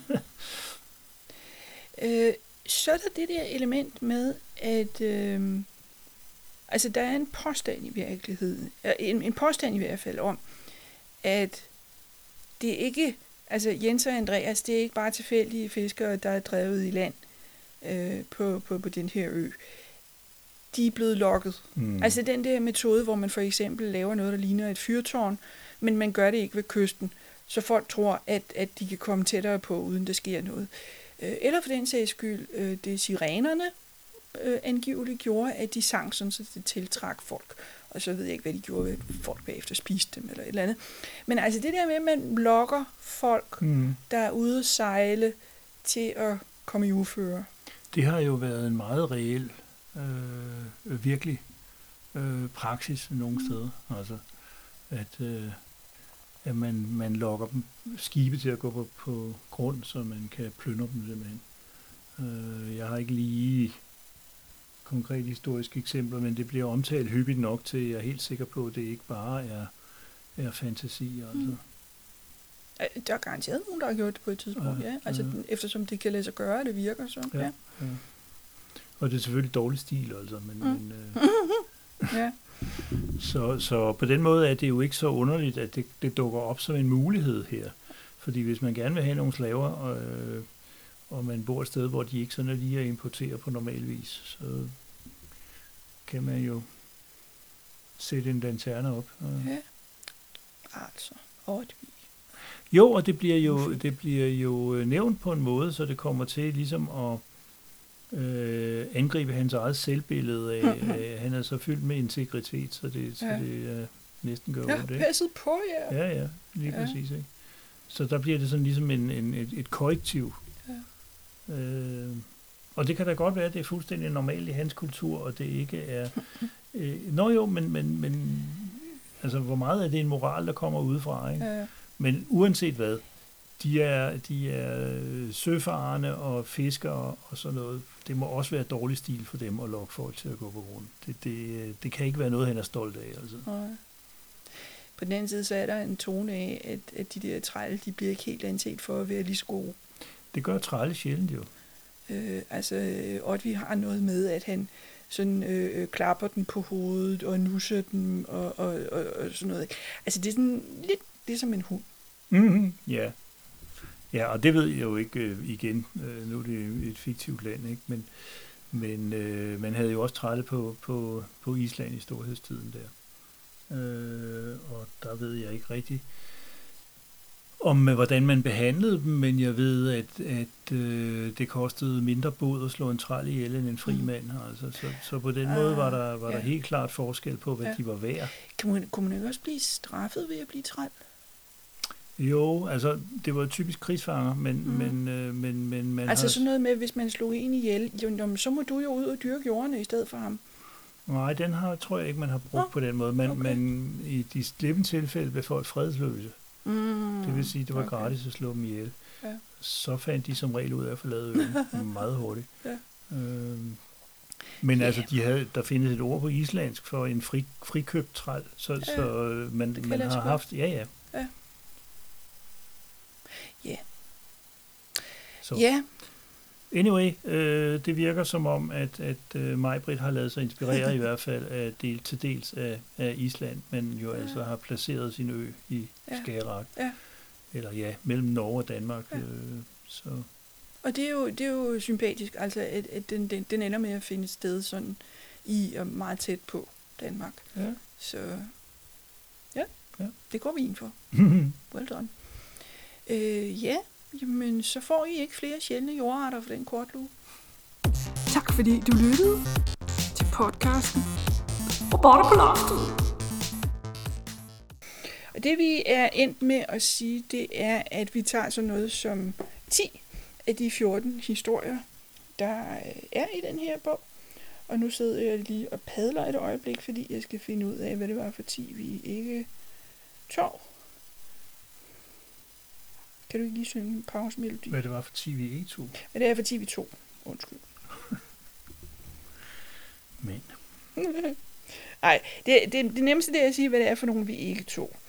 øh, Så er der det der element med, at øh, altså der er en påstand i virkeligheden, en, en påstand i hvert fald om, at det ikke, altså Jens og Andreas, det er ikke bare tilfældige fiskere, der er drevet i land øh, på, på, på den her ø. De er blevet lokket. Mm. Altså den der metode, hvor man for eksempel laver noget, der ligner et fyrtårn, men man gør det ikke ved kysten, så folk tror, at, at de kan komme tættere på, uden der sker noget. Eller for den sags skyld, øh, det sirenerne øh, angiveligt gjorde, at de sang sådan, så det tiltrak folk. Og så ved jeg ikke, hvad de gjorde, at folk bagefter spiste dem, eller et eller andet. Men altså det der med, at man lokker folk, mm. der er ude at sejle, til at komme i uføre. Det har jo været en meget reel, øh, virkelig øh, praksis nogle mm. steder. Altså, at... Øh at man, man lokker dem, skibe til at gå på, på grund, så man kan plyndre dem simpelthen. Øh, jeg har ikke lige konkrete historiske eksempler, men det bliver omtalt hyppigt nok til, at jeg er helt sikker på, at det ikke bare er, er fantasi. Altså. Mm. Der er garanteret nogen, der har gjort det på et tidspunkt, ja. ja. Altså, ja. Eftersom det kan lade sig gøre, det virker så. Ja, ja. Ja. Og det er selvfølgelig dårlig stil, altså, men... Mm. men øh, ja. Så, så på den måde er det jo ikke så underligt, at det, det dukker op som en mulighed her. Fordi hvis man gerne vil have nogle slaver, og, øh, og man bor et sted, hvor de ikke sådan er lige at importere på normal vis, så kan man jo sætte en lanterne op. Ja, altså, Ordvig. Jo, og det bliver jo, det bliver jo nævnt på en måde, så det kommer til ligesom at Øh, angribe hans eget selvbillede af, af han er så fyldt med integritet, så det, så ja. det uh, næsten gør ja, ondt. Ja, passet på, ja. Ja, ja, lige ja. præcis. Ikke? Så der bliver det sådan ligesom en, en, et, et korrektiv. Ja. Øh, og det kan da godt være, at det er fuldstændig normalt i hans kultur, og det ikke er Øh, nå jo, men, men, men altså, hvor meget er det en moral, der kommer udefra, ikke? Ja. Men uanset hvad, de er, de er søfarende og fiskere og sådan noget. Det må også være dårlig stil for dem at lokke folk til at gå på grund. Det, det, det kan ikke være noget, han er stolt af. Altså. Ja. På den anden side, så er der en tone af, at, at de der trælle, de bliver ikke helt anset for at være lige så gode. Det gør trælle sjældent jo. Øh, altså, Oddvig har noget med, at han sådan øh, klapper den på hovedet og nusser den og, og, og, og sådan noget. Altså, det er sådan lidt ligesom en hund. Mm-hmm. Ja. Ja, og det ved jeg jo ikke øh, igen. Øh, nu er det et fiktivt land, ikke? Men, men øh, man havde jo også trælle på, på, på Island i storhedstiden der. Øh, og der ved jeg ikke rigtigt om, hvordan man behandlede dem, men jeg ved, at, at øh, det kostede mindre bod at slå en træl ihjel end en fri mand. Altså. Så, så på den måde var der, var ja. der helt klart forskel på, hvad ja. de var værd. Kunne man, kunne man ikke også blive straffet ved at blive træl? Jo, altså det var typisk krigsfanger, men, mm. men, øh, men, men man altså har... sådan noget med, hvis man slog en ihjel, jo, så må du jo ud og dyrke jordene i stedet for ham. Nej, den har, tror jeg ikke, man har brugt oh, på den måde, men, okay. men i de slemme tilfælde blev folk fredsløse. Mm, det vil sige, det var okay. gratis at slå dem ihjel. Ja. Så fandt de som regel ud af at forlade øen meget hurtigt. Ja. Øhm, men yeah. altså, de havde, der findes et ord på islandsk for en fri, frikøbt træl, så, ja, så man, man har haft... Ja, ja. Ja. Ja. Så. Ja. Anyway, øh, det virker som om, at, at øh, Maj-Britt har lavet sig inspirere i hvert fald af del, til dels af, af Island, men jo ja. altså har placeret sin ø i ja. Skagerrak. Ja. Eller ja, mellem Norge og Danmark. Ja. Øh, så. Og det er, jo, det er jo sympatisk, altså at, at den, den, den ender med at finde sted sådan i og meget tæt på Danmark. Ja. Så ja, ja, det går vi ind for. Well done. Øh, ja. Jamen, så får I ikke flere sjældne jordarter for den kortlue. Tak fordi du lyttede til podcasten Robotter på loftet. Og det vi er endt med at sige, det er, at vi tager sådan noget som ti af de fjorten historier, der er i den her bog. Og nu sidder jeg lige og padler et øjeblik, fordi jeg skal finde ud af, hvad det var for ti, vi ikke tog. Kan du ikke lige synge en pausemelodi? Hvad det var for ti, vi ikke tog? Hvad det er for ti, vi tog. Undskyld. Men. Nej, det, det, det nemmeste det er at sige, hvad det er for nogen, vi ikke tog.